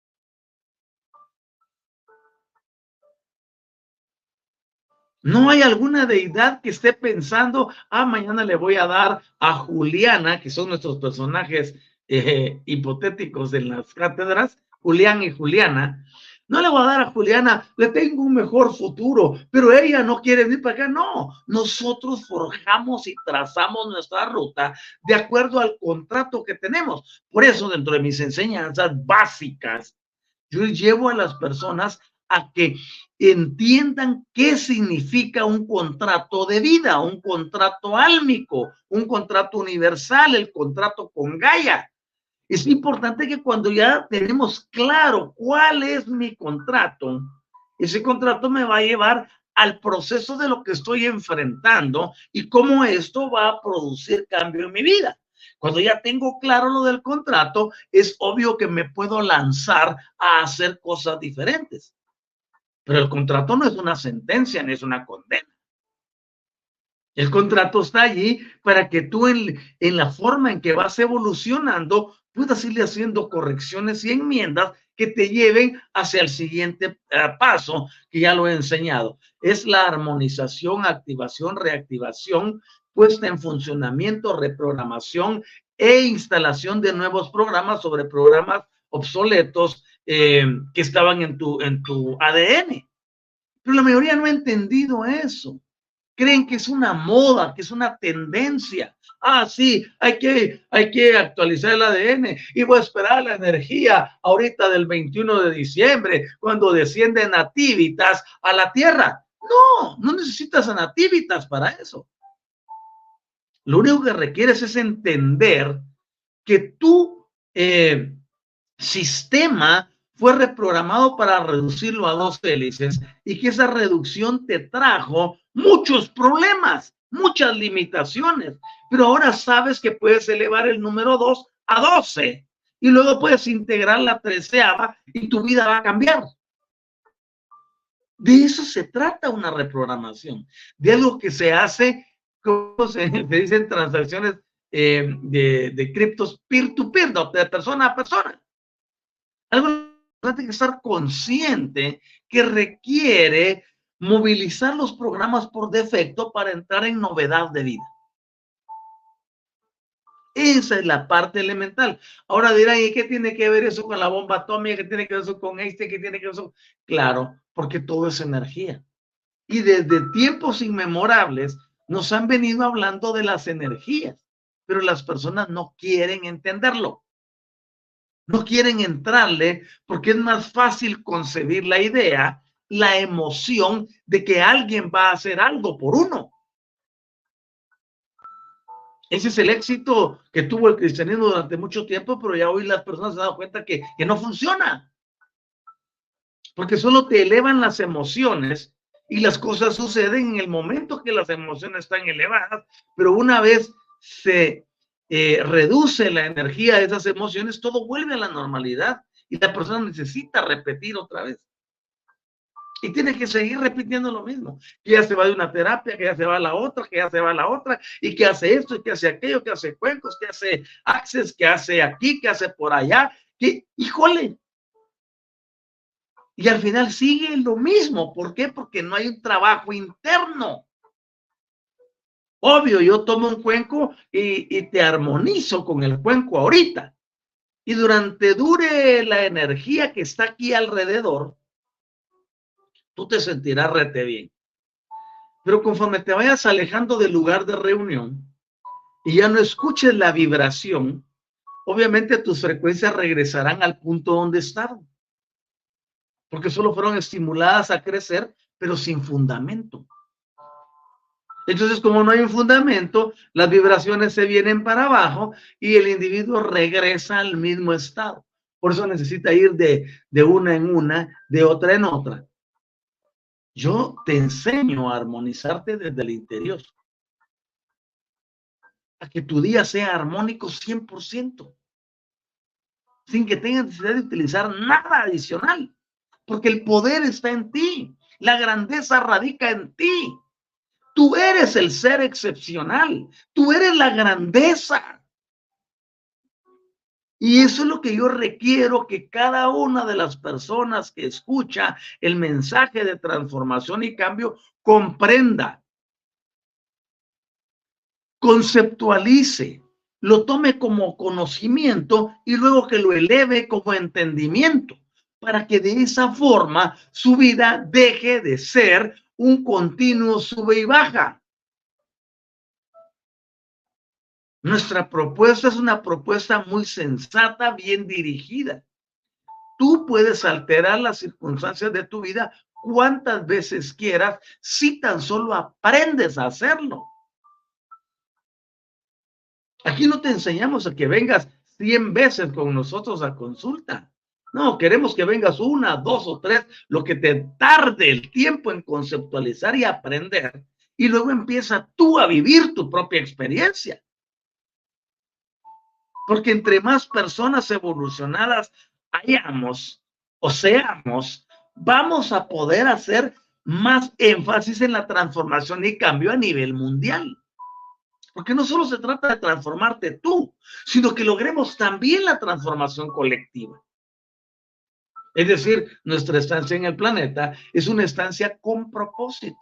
No hay alguna deidad que esté pensando, mañana le voy a dar a Juliana, que son nuestros personajes hipotéticos en las cátedras, Julián y Juliana. No le voy a dar a Juliana, le tengo un mejor futuro, pero ella no quiere venir para acá. No, nosotros forjamos y trazamos nuestra ruta de acuerdo al contrato que tenemos. Por eso, dentro de mis enseñanzas básicas, yo llevo a las personas a que entiendan qué significa un contrato de vida, un contrato álmico, un contrato universal, el contrato con Gaia. Es importante que cuando ya tenemos claro cuál es mi contrato, ese contrato me va a llevar al proceso de lo que estoy enfrentando y cómo esto va a producir cambio en mi vida. Cuando ya tengo claro lo del contrato, es obvio que me puedo lanzar a hacer cosas diferentes. Pero el contrato no es una sentencia, ni es una condena. El contrato está allí para que tú en la forma en que vas evolucionando puedas irle haciendo correcciones y enmiendas que te lleven hacia el siguiente paso, que ya lo he enseñado. Es la armonización, activación, reactivación, puesta en funcionamiento, reprogramación e instalación de nuevos programas sobre programas obsoletos que estaban en tu ADN. Pero la mayoría no ha entendido eso. Creen que es una moda, que es una tendencia. Sí, hay que actualizar el ADN y voy a esperar la energía ahorita del 21 de diciembre, cuando desciende Nativitas a la Tierra. No necesitas a Nativitas para eso. Lo único que requieres es entender que tu sistema fue reprogramado para reducirlo a 2 hélices y que esa reducción te trajo muchos problemas, muchas limitaciones, pero ahora sabes que puedes elevar el número 2 a 12 y luego puedes integrar la 13ª y tu vida va a cambiar. De eso se trata una reprogramación, de algo que se hace, como se dicen, transacciones de criptos peer-to-peer, de persona a persona. Algo que hay que estar consciente que requiere movilizar los programas por defecto para entrar en novedad de vida. Esa es la parte elemental. Ahora dirán, ¿y qué tiene que ver eso con la bomba atómica? ¿Qué tiene que ver eso con este? ¿Qué tiene que ver eso? Claro, porque todo es energía. Y desde tiempos inmemorables nos han venido hablando de las energías, pero las personas no quieren entenderlo. No quieren entrarle porque es más fácil concebir la idea, la emoción de que alguien va a hacer algo por uno. Ese es el éxito que tuvo el cristianismo durante mucho tiempo, pero ya hoy las personas se han dado cuenta que no funciona. Porque solo te elevan las emociones y las cosas suceden en el momento que las emociones están elevadas, pero una vez se reduce la energía de esas emociones, todo vuelve a la normalidad y la persona necesita repetir otra vez. Y tiene que seguir repitiendo lo mismo. Que ya se va de una terapia, que ya se va a la otra, que ya se va a la otra, y que hace esto, y que hace aquello, que hace cuencos, que hace access, que hace aquí, que hace por allá, que, híjole, y al final sigue lo mismo. ¿Por qué? Porque no hay un trabajo interno. Obvio, yo tomo un cuenco y te armonizo con el cuenco ahorita. Y durante dure la energía que está aquí alrededor, tú te sentirás rete bien. Pero conforme te vayas alejando del lugar de reunión y ya no escuches la vibración, obviamente tus frecuencias regresarán al punto donde estaban. Porque solo fueron estimuladas a crecer, pero sin fundamento. Entonces, como no hay un fundamento, las vibraciones se vienen para abajo y el individuo regresa al mismo estado. Por eso necesita ir de una en una, de otra en otra. Yo te enseño a armonizarte desde el interior, a que tu día sea armónico 100%, sin que tengas necesidad de utilizar nada adicional, porque el poder está en ti, la grandeza radica en ti. Tú eres el ser excepcional, tú eres la grandeza. Y eso es lo que yo requiero que cada una de las personas que escucha el mensaje de transformación y cambio comprenda, conceptualice, lo tome como conocimiento y luego que lo eleve como entendimiento, para que de esa forma su vida deje de ser un continuo sube y baja. Nuestra propuesta es una propuesta muy sensata, bien dirigida. Tú puedes alterar las circunstancias de tu vida cuantas veces quieras si tan solo aprendes a hacerlo. Aquí no te enseñamos a que vengas 100 veces con nosotros a consulta. No, queremos que vengas 1, 2 o 3, lo que te tarde el tiempo en conceptualizar y aprender. Y luego empieza tú a vivir tu propia experiencia. Porque entre más personas evolucionadas hayamos o seamos, vamos a poder hacer más énfasis en la transformación y cambio a nivel mundial. Porque no solo se trata de transformarte tú, sino que logremos también la transformación colectiva. Es decir, nuestra estancia en el planeta es una estancia con propósito.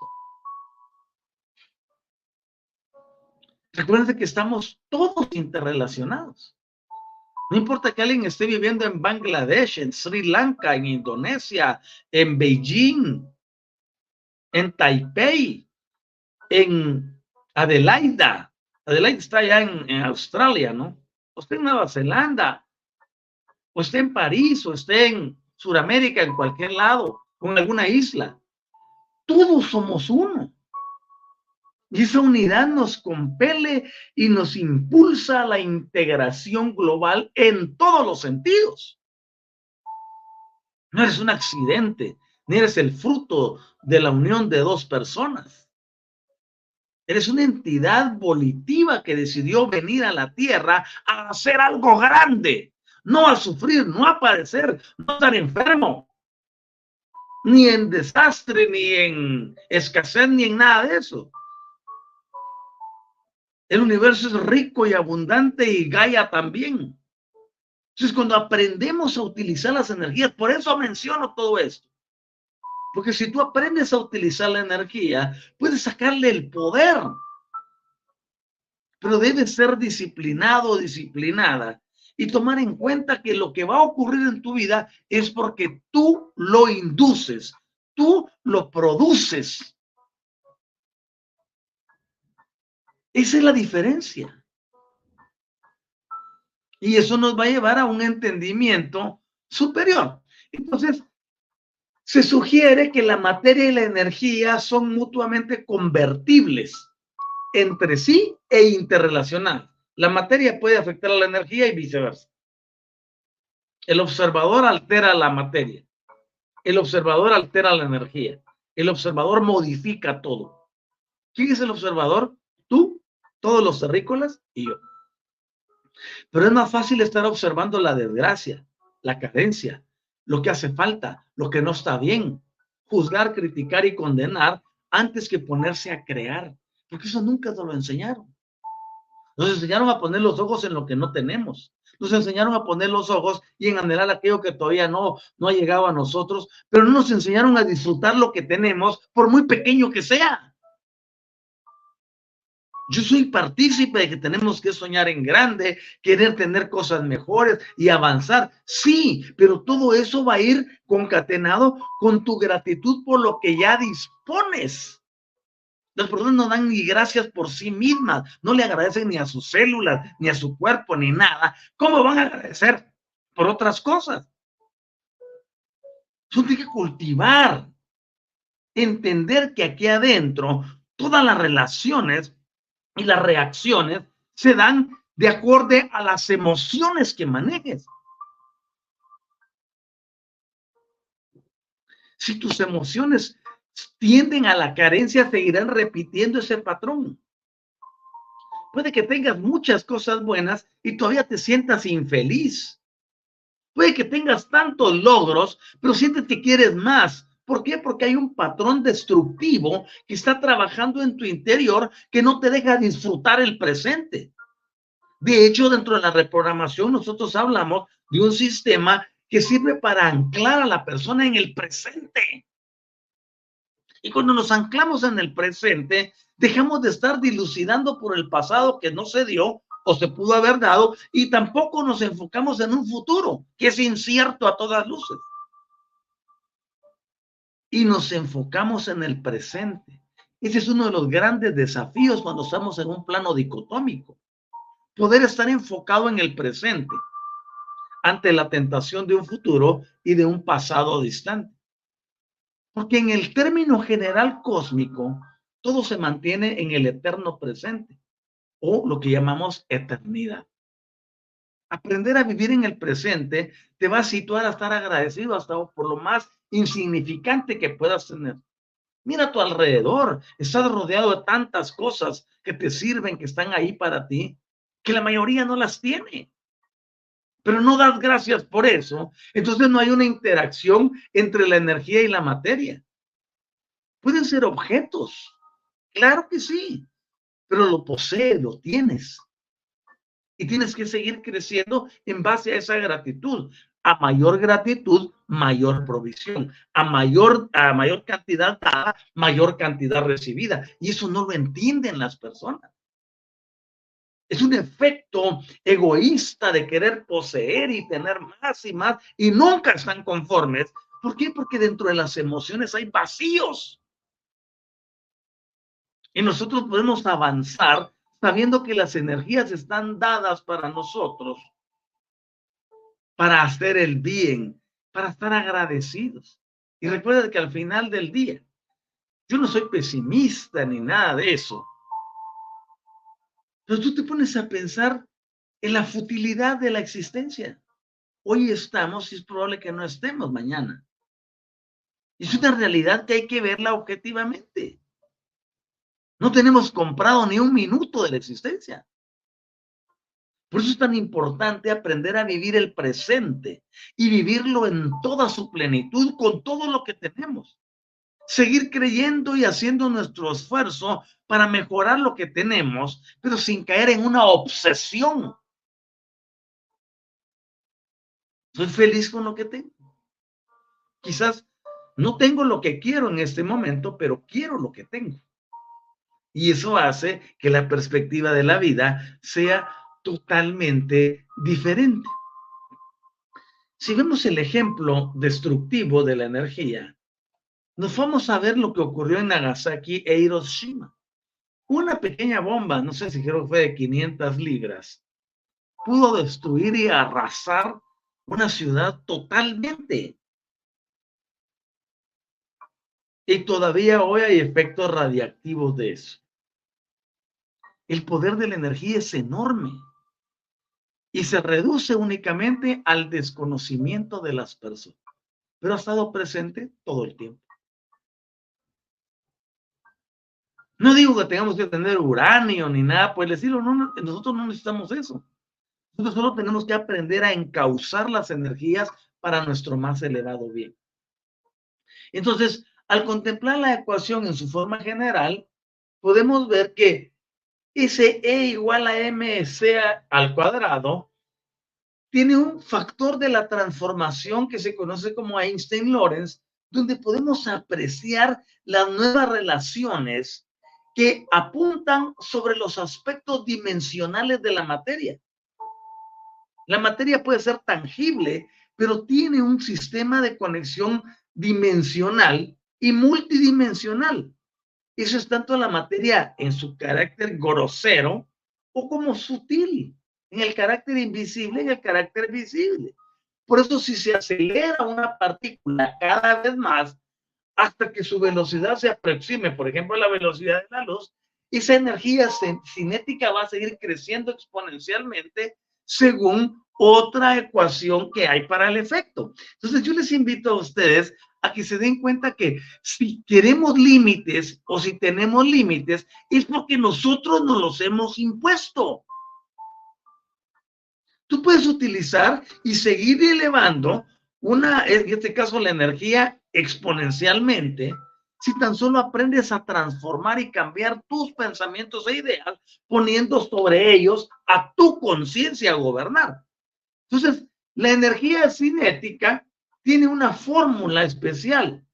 Recuerden que estamos todos interrelacionados. No importa que alguien esté viviendo en Bangladesh, en Sri Lanka, en Indonesia, en Beijing, en Taipei, en Adelaida. Adelaida está allá en Australia, ¿no? O esté en Nueva Zelanda, o esté en París, o esté en Sudamérica, en cualquier lado, o en alguna isla. Todos somos uno. Y esa unidad nos compele y nos impulsa a la integración global en todos los sentidos. No eres un accidente, ni eres el fruto de la unión de dos personas. Eres una entidad volitiva que decidió venir a la tierra a hacer algo grande, no a sufrir, no a padecer, no a estar enfermo, ni en desastre, ni en escasez, ni en nada de eso. El universo es rico y abundante y Gaia también. Entonces, cuando aprendemos a utilizar las energías, por eso menciono todo esto. Porque si tú aprendes a utilizar la energía, puedes sacarle el poder. Pero debes ser disciplinado o disciplinada y tomar en cuenta que lo que va a ocurrir en tu vida es porque tú lo induces, tú lo produces. Esa es la diferencia. Y eso nos va a llevar a un entendimiento superior. Entonces, se sugiere que la materia y la energía son mutuamente convertibles entre sí e interrelacionadas. La materia puede afectar a la energía y viceversa. El observador altera la materia. El observador altera la energía. El observador modifica todo. ¿Quién es el observador? Tú, todos los terrícolas y yo. Pero es más fácil estar observando la desgracia, la carencia, lo que hace falta, lo que no está bien, juzgar, criticar y condenar antes que ponerse a crear, porque eso nunca nos lo enseñaron. Nos enseñaron a poner los ojos en lo que no tenemos. Nos enseñaron a poner los ojos y en anhelar aquello que todavía no ha llegado a nosotros, pero no nos enseñaron a disfrutar lo que tenemos, por muy pequeño que sea. Yo soy partícipe de que tenemos que soñar en grande, querer tener cosas mejores y avanzar. Sí, pero todo eso va a ir concatenado con tu gratitud por lo que ya dispones. Las personas no dan ni gracias por sí mismas, no le agradecen ni a sus células, ni a su cuerpo, ni nada. ¿Cómo van a agradecer por otras cosas? Eso tiene que cultivar, entender que aquí adentro todas las relaciones y las reacciones se dan de acuerdo a las emociones que manejes. Si tus emociones tienden a la carencia, seguirán repitiendo ese patrón. Puede que tengas muchas cosas buenas y todavía te sientas infeliz. Puede que tengas tantos logros, pero sientes que quieres más. ¿Por qué? Porque hay un patrón destructivo que está trabajando en tu interior que no te deja disfrutar el presente. De hecho, dentro de la reprogramación nosotros hablamos de un sistema que sirve para anclar a la persona en el presente. Y cuando nos anclamos en el presente, dejamos de estar dilucidando por el pasado que no se dio o se pudo haber dado, y tampoco nos enfocamos en un futuro que es incierto a todas luces. Y nos enfocamos en el presente. Ese es uno de los grandes desafíos cuando estamos en un plano dicotómico. Poder estar enfocado en el presente ante la tentación de un futuro y de un pasado distante. Porque en el término general cósmico, todo se mantiene en el eterno presente, o lo que llamamos eternidad. Aprender a vivir en el presente te va a situar a estar agradecido hasta por lo más insignificante que puedas tener. Mira a tu alrededor, estás rodeado de tantas cosas que te sirven, que están ahí para ti, que la mayoría no las tiene. Pero no das gracias por eso, entonces no hay una interacción entre la energía y la materia. Pueden ser objetos, claro que sí, pero lo posees, lo tienes. Y tienes que seguir creciendo en base a esa gratitud. A mayor gratitud, mayor provisión. A mayor cantidad dada, mayor cantidad recibida. Y eso no lo entienden las personas. Es un efecto egoísta de querer poseer y tener más y más, y nunca están conformes. ¿Por qué? Porque dentro de las emociones hay vacíos. Y nosotros podemos avanzar sabiendo que las energías están dadas para nosotros, para hacer el bien, para estar agradecidos. Y recuerda que al final del día, yo no soy pesimista ni nada de eso, pero tú te pones a pensar en la futilidad de la existencia. Hoy estamos y es probable que no estemos mañana. Es una realidad que hay que verla objetivamente. No tenemos comprado ni un minuto de la existencia. Por eso es tan importante aprender a vivir el presente y vivirlo en toda su plenitud con todo lo que tenemos. Seguir creyendo y haciendo nuestro esfuerzo para mejorar lo que tenemos, pero sin caer en una obsesión. Soy feliz con lo que tengo. Quizás no tengo lo que quiero en este momento, pero quiero lo que tengo. Y eso hace que la perspectiva de la vida sea totalmente diferente. Si vemos el ejemplo destructivo de la energía, nos vamos a ver lo que ocurrió en Nagasaki e Hiroshima. Una pequeña bomba, no sé si creo que fue de 500 libras, pudo destruir y arrasar una ciudad totalmente. Y todavía hoy hay efectos radiactivos de eso. El poder de la energía es enorme y se reduce únicamente al desconocimiento de las personas, pero ha estado presente todo el tiempo. No digo que tengamos que tener uranio ni nada por el estilo, no, nosotros no necesitamos eso. Nosotros solo tenemos que aprender a encauzar las energías para nuestro más elevado bien. Entonces, al contemplar la ecuación en su forma general, podemos ver que ese E igual a mc al cuadrado tiene un factor de la transformación que se conoce como Einstein-Lorentz, donde podemos apreciar las nuevas relaciones que apuntan sobre los aspectos dimensionales de la materia. La materia puede ser tangible, pero tiene un sistema de conexión dimensional y multidimensional. Eso es tanto la materia en su carácter grosero o como sutil, en el carácter invisible, en el carácter visible. Por eso si se acelera una partícula cada vez más hasta que su velocidad se aproxime, por ejemplo, a la velocidad de la luz, esa energía cinética va a seguir creciendo exponencialmente según otra ecuación que hay para el efecto. Entonces yo les invito a ustedes a que se den cuenta que si queremos límites o si tenemos límites es porque nosotros nos los hemos impuesto. Tú puedes utilizar y seguir elevando en este caso la energía exponencialmente, si tan solo aprendes a transformar y cambiar tus pensamientos e ideas, poniendo sobre ellos a tu conciencia a gobernar. Entonces, la energía cinética tiene una fórmula especial.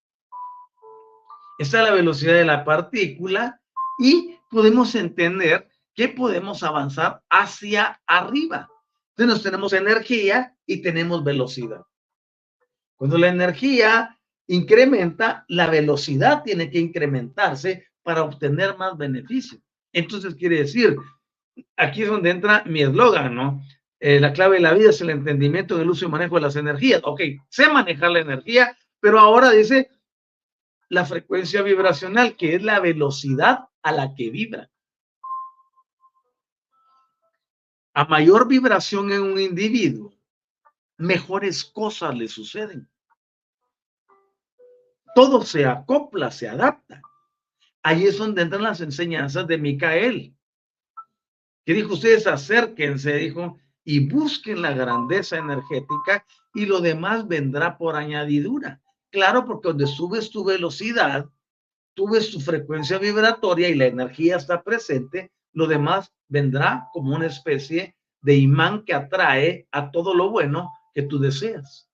Está la velocidad de la partícula y podemos entender que podemos avanzar hacia arriba. Entonces tenemos energía y tenemos velocidad. Cuando la energía incrementa, la velocidad tiene que incrementarse para obtener más beneficio. Entonces quiere decir, aquí es donde entra mi eslogan, ¿no? La clave de la vida es el entendimiento del uso y manejo de las energías. Ok, sé manejar la energía, pero ahora dice la frecuencia vibracional, que es la velocidad a la que vibra. A mayor vibración en un individuo, mejores cosas le suceden. Todo se acopla, se adapta. Ahí es donde entran las enseñanzas de Micael, que dijo, ustedes acérquense, dijo, y busquen la grandeza energética y lo demás vendrá por añadidura. Claro, porque donde subes tu velocidad, subes tu frecuencia vibratoria y la energía está presente, lo demás vendrá como una especie de imán que atrae a todo lo bueno que tú deseas.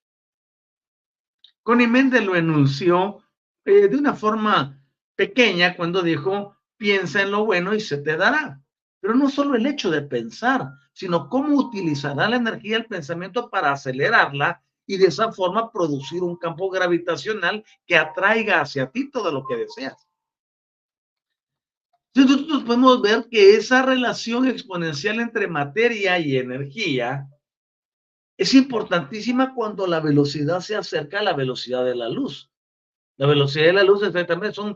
Connie Méndez lo enunció de una forma pequeña cuando dijo, piensa en lo bueno y se te dará. Pero no solo el hecho de pensar, sino cómo utilizará la energía del pensamiento para acelerarla y de esa forma producir un campo gravitacional que atraiga hacia ti todo lo que deseas. Entonces nosotros podemos ver que esa relación exponencial entre materia y energía es importantísima cuando la velocidad se acerca a la velocidad de la luz. La velocidad de la luz exactamente son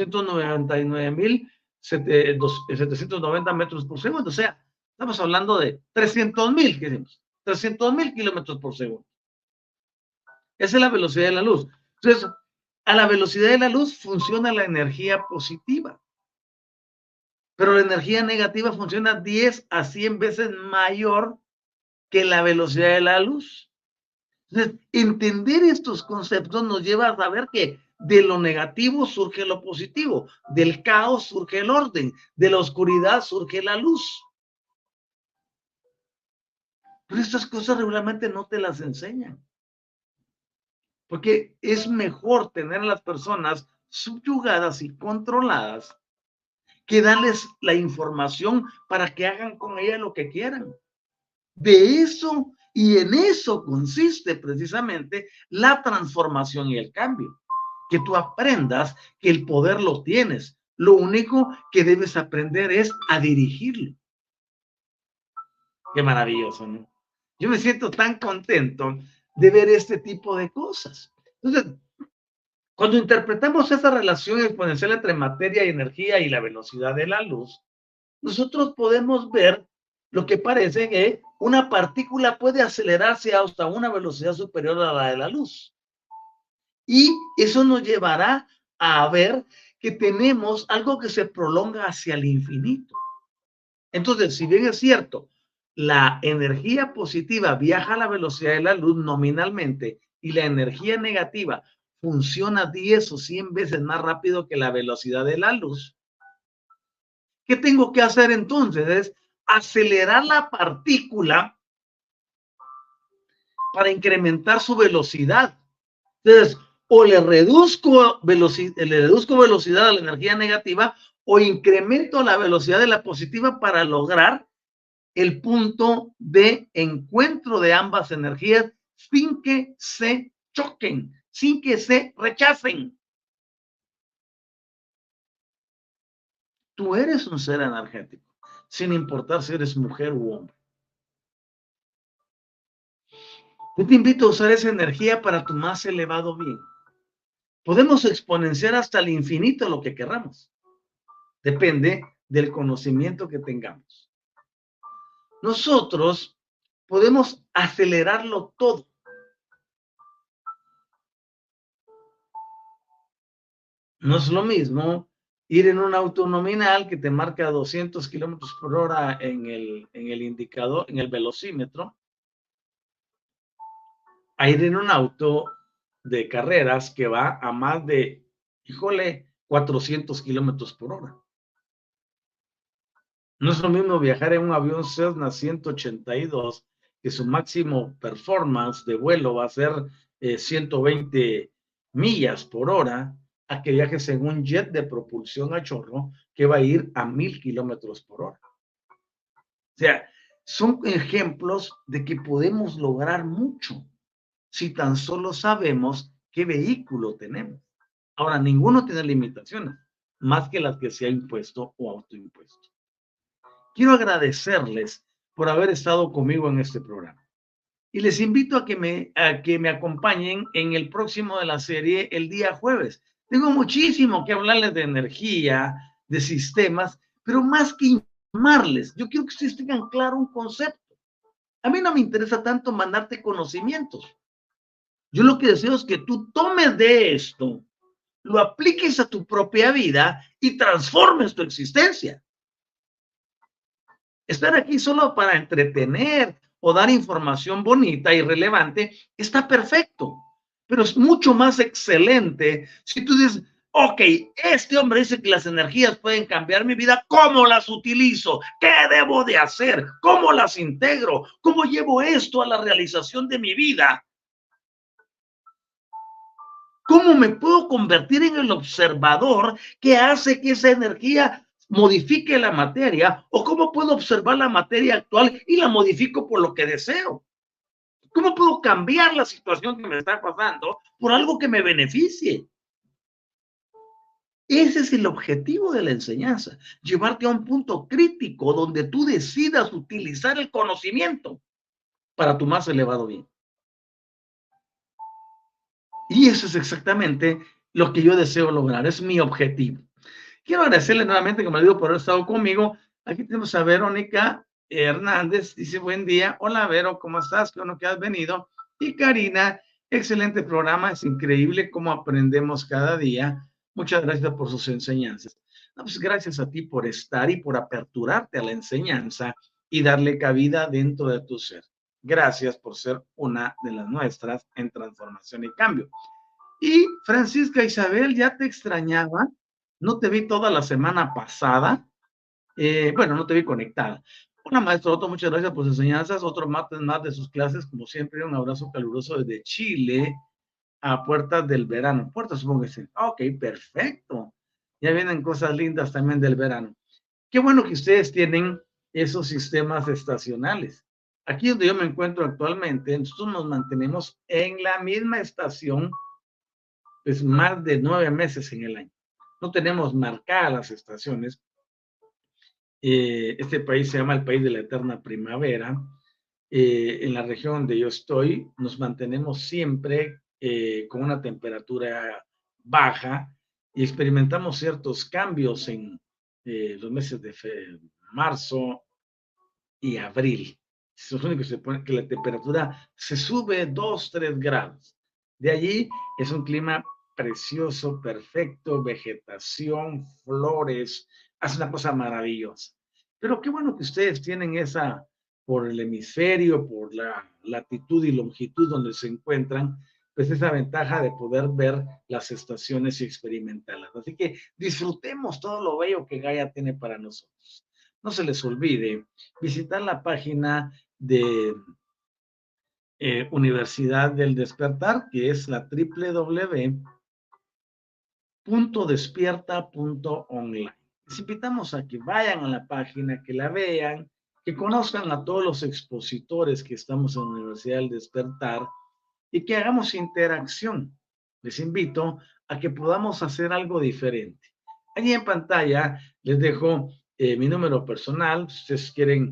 299.790 metros por segundo. O sea, estamos hablando de 300.000, ¿qué decimos? 300.000 kilómetros por segundo. Esa es la velocidad de la luz. Entonces, a la velocidad de la luz funciona la energía positiva. Pero la energía negativa funciona 10 a 100 veces mayor que la velocidad de la luz. Entonces, entender estos conceptos nos lleva a saber que de lo negativo surge lo positivo, del caos surge el orden, de la oscuridad surge la luz. Pero estas cosas regularmente no te las enseñan. Porque es mejor tener a las personas subyugadas y controladas que darles la información para que hagan con ella lo que quieran. De eso y en eso consiste precisamente la transformación y el cambio. Que tú aprendas que el poder lo tienes. Lo único que debes aprender es a dirigirlo. Qué maravilloso, ¿no? Yo me siento tan contento de ver este tipo de cosas. Entonces, cuando interpretamos esa relación exponencial entre materia y energía y la velocidad de la luz, nosotros podemos ver lo que parece que una partícula puede acelerarse hasta una velocidad superior a la de la luz. Y eso nos llevará a ver que tenemos algo que se prolonga hacia el infinito. Entonces, si bien es cierto, la energía positiva viaja a la velocidad de la luz nominalmente y la energía negativa funciona 10 o 100 veces más rápido que la velocidad de la luz, ¿Qué tengo que hacer entonces? Es acelerar la partícula para incrementar su velocidad. Entonces, o le reduzco velocidad a la energía negativa o incremento la velocidad de la positiva para lograr el punto de encuentro de ambas energías sin que se choquen, sin que se rechacen. Tú eres un ser energético, sin importar si eres mujer u hombre. Yo te invito a usar esa energía para tu más elevado bien. Podemos exponenciar hasta el infinito lo que queramos. Depende del conocimiento que tengamos. Nosotros podemos acelerarlo todo. No es lo mismo ir en un auto nominal que te marca 200 kilómetros por hora en el indicador, en el velocímetro, a ir en un auto de carreras que va a más de, 400 kilómetros por hora. No es lo mismo viajar en un avión Cessna 182, que su máximo performance de vuelo va a ser 120 millas por hora, a que viajes en un jet de propulsión a chorro que va a ir a 1000 kilómetros por hora. O sea, son ejemplos de que podemos lograr mucho si tan solo sabemos qué vehículo tenemos. Ahora, ninguno tiene limitaciones, más que las que se ha impuesto o autoimpuesto. Quiero agradecerles por haber estado conmigo en este programa. Y les invito a que me acompañen en el próximo de la serie el día jueves. Tengo muchísimo que hablarles de energía, de sistemas, pero más que informarles, yo quiero que ustedes tengan claro un concepto. A mí no me interesa tanto mandarte conocimientos. Yo lo que deseo es que tú tomes de esto, lo apliques a tu propia vida y transformes tu existencia. Estar aquí solo para entretener o dar información bonita y relevante está perfecto, pero es mucho más excelente si tú dices, ok, este hombre dice que las energías pueden cambiar mi vida, ¿cómo las utilizo? ¿Qué debo de hacer? ¿Cómo las integro? ¿Cómo llevo esto a la realización de mi vida? ¿Cómo me puedo convertir en el observador que hace que esa energía modifique la materia? ¿O cómo puedo observar la materia actual y la modifico por lo que deseo? ¿Cómo puedo cambiar la situación que me está pasando por algo que me beneficie? Ese es el objetivo de la enseñanza, llevarte a un punto crítico donde tú decidas utilizar el conocimiento para tu más elevado bien. Y eso es exactamente lo que yo deseo lograr, es mi objetivo. Quiero agradecerle nuevamente, como le digo, por haber estado conmigo. Aquí tenemos a Verónica Hernández, dice buen día. Hola Vero, ¿cómo estás? Qué bueno que has venido. Y Karina, excelente programa, es increíble cómo aprendemos cada día. Muchas gracias por sus enseñanzas. No, pues gracias a ti por estar y por aperturarte a la enseñanza y darle cabida dentro de tu ser. Gracias por ser una de las nuestras en transformación y cambio. Y Francisca Isabel, ya te extrañaba, no te vi toda la semana pasada, bueno, no te vi conectada. Hola maestro Otto, muchas gracias por sus enseñanzas, otro martes más de sus clases, como siempre, un abrazo caluroso desde Chile a puertas del verano. Puertas, supongo que sí. Ok, perfecto. Ya vienen cosas lindas también del verano. Qué bueno que ustedes tienen esos sistemas estacionales. Aquí donde yo me encuentro actualmente, nosotros nos mantenemos en la misma estación pues más de 9 meses en el año. No tenemos marcadas las estaciones. Este país se llama el país de la eterna primavera. En la región donde yo estoy, nos mantenemos siempre con una temperatura baja y experimentamos ciertos cambios en los meses de marzo y abril. Es lo único que se pone que la temperatura se sube 2, 3 grados. De allí es un clima precioso, perfecto, vegetación, flores, hace una cosa maravillosa. Pero qué bueno que ustedes tienen esa, por el hemisferio, por la latitud y longitud donde se encuentran, pues esa ventaja de poder ver las estaciones y experimentarlas. Así que disfrutemos todo lo bello que Gaia tiene para nosotros. No se les olvide visitar la página de Universidad del Despertar, que es la www.despierta.online. Les invitamos a que vayan a la página, que la vean, que conozcan a todos los expositores que estamos en la Universidad del Despertar y que hagamos interacción. Les invito a que podamos hacer algo diferente. Allí en pantalla les dejo mi número personal. Si ustedes quieren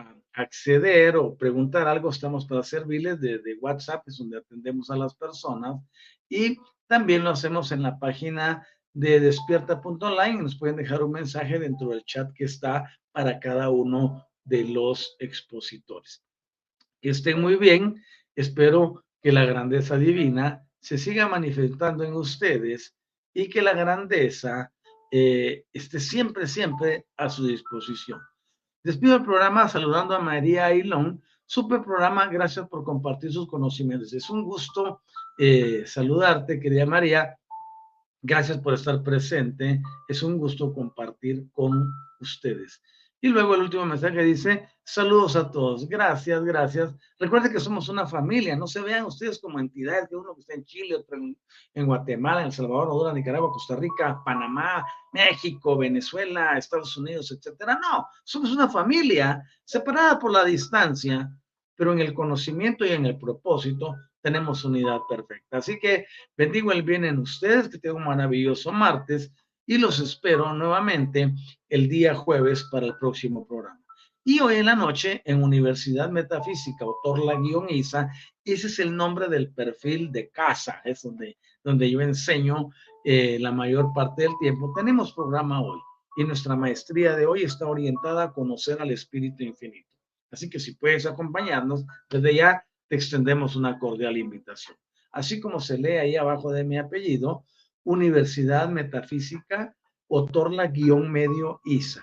acceder o preguntar algo, estamos para servirles de WhatsApp, es donde atendemos a las personas. Y también lo hacemos en la página de despierta.online. Nos pueden dejar un mensaje dentro del chat que está para cada uno de los expositores. Que estén muy bien. Espero que la grandeza divina se siga manifestando en ustedes y que la grandeza esté siempre, siempre a su disposición. Despido el programa saludando a María Ailón. Super programa, gracias por compartir sus conocimientos. Es un gusto saludarte, querida María. Gracias por estar presente. Es un gusto compartir con ustedes. Y luego el último mensaje dice, saludos a todos. Gracias, gracias. Recuerden que somos una familia. No se vean ustedes como entidades, que uno que está en Chile, otro en Guatemala, en El Salvador, Honduras, Nicaragua, Costa Rica, Panamá, México, Venezuela, Estados Unidos, etcétera. No, somos una familia separada por la distancia, pero en el conocimiento y en el propósito tenemos unidad perfecta. Así que bendigo el bien en ustedes, que tengan un maravilloso martes y los espero nuevamente el día jueves para el próximo programa. Y hoy en la noche en Universidad Metafísica, Otorla-ISA, ese es el nombre del perfil de casa, es donde yo enseño la mayor parte del tiempo. Tenemos programa hoy y nuestra maestría de hoy está orientada a conocer al Espíritu Infinito. Así que si puedes acompañarnos, desde ya te extendemos una cordial invitación. Así como se lee ahí abajo de mi apellido, Universidad Metafísica Otorla-Medio ISA.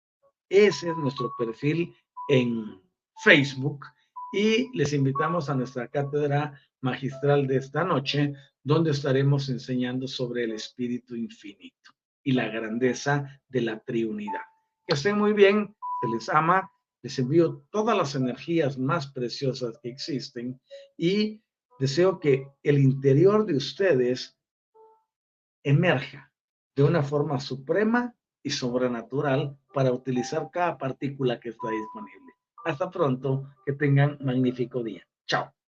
Ese es nuestro perfil en Facebook y les invitamos a nuestra cátedra magistral de esta noche, donde estaremos enseñando sobre el Espíritu Infinito y la grandeza de la triunidad. Que estén muy bien, se les ama, les envío todas las energías más preciosas que existen y deseo que el interior de ustedes emerja de una forma suprema y sobrenatural para utilizar cada partícula que está disponible. Hasta pronto, que tengan magnífico día. Chao.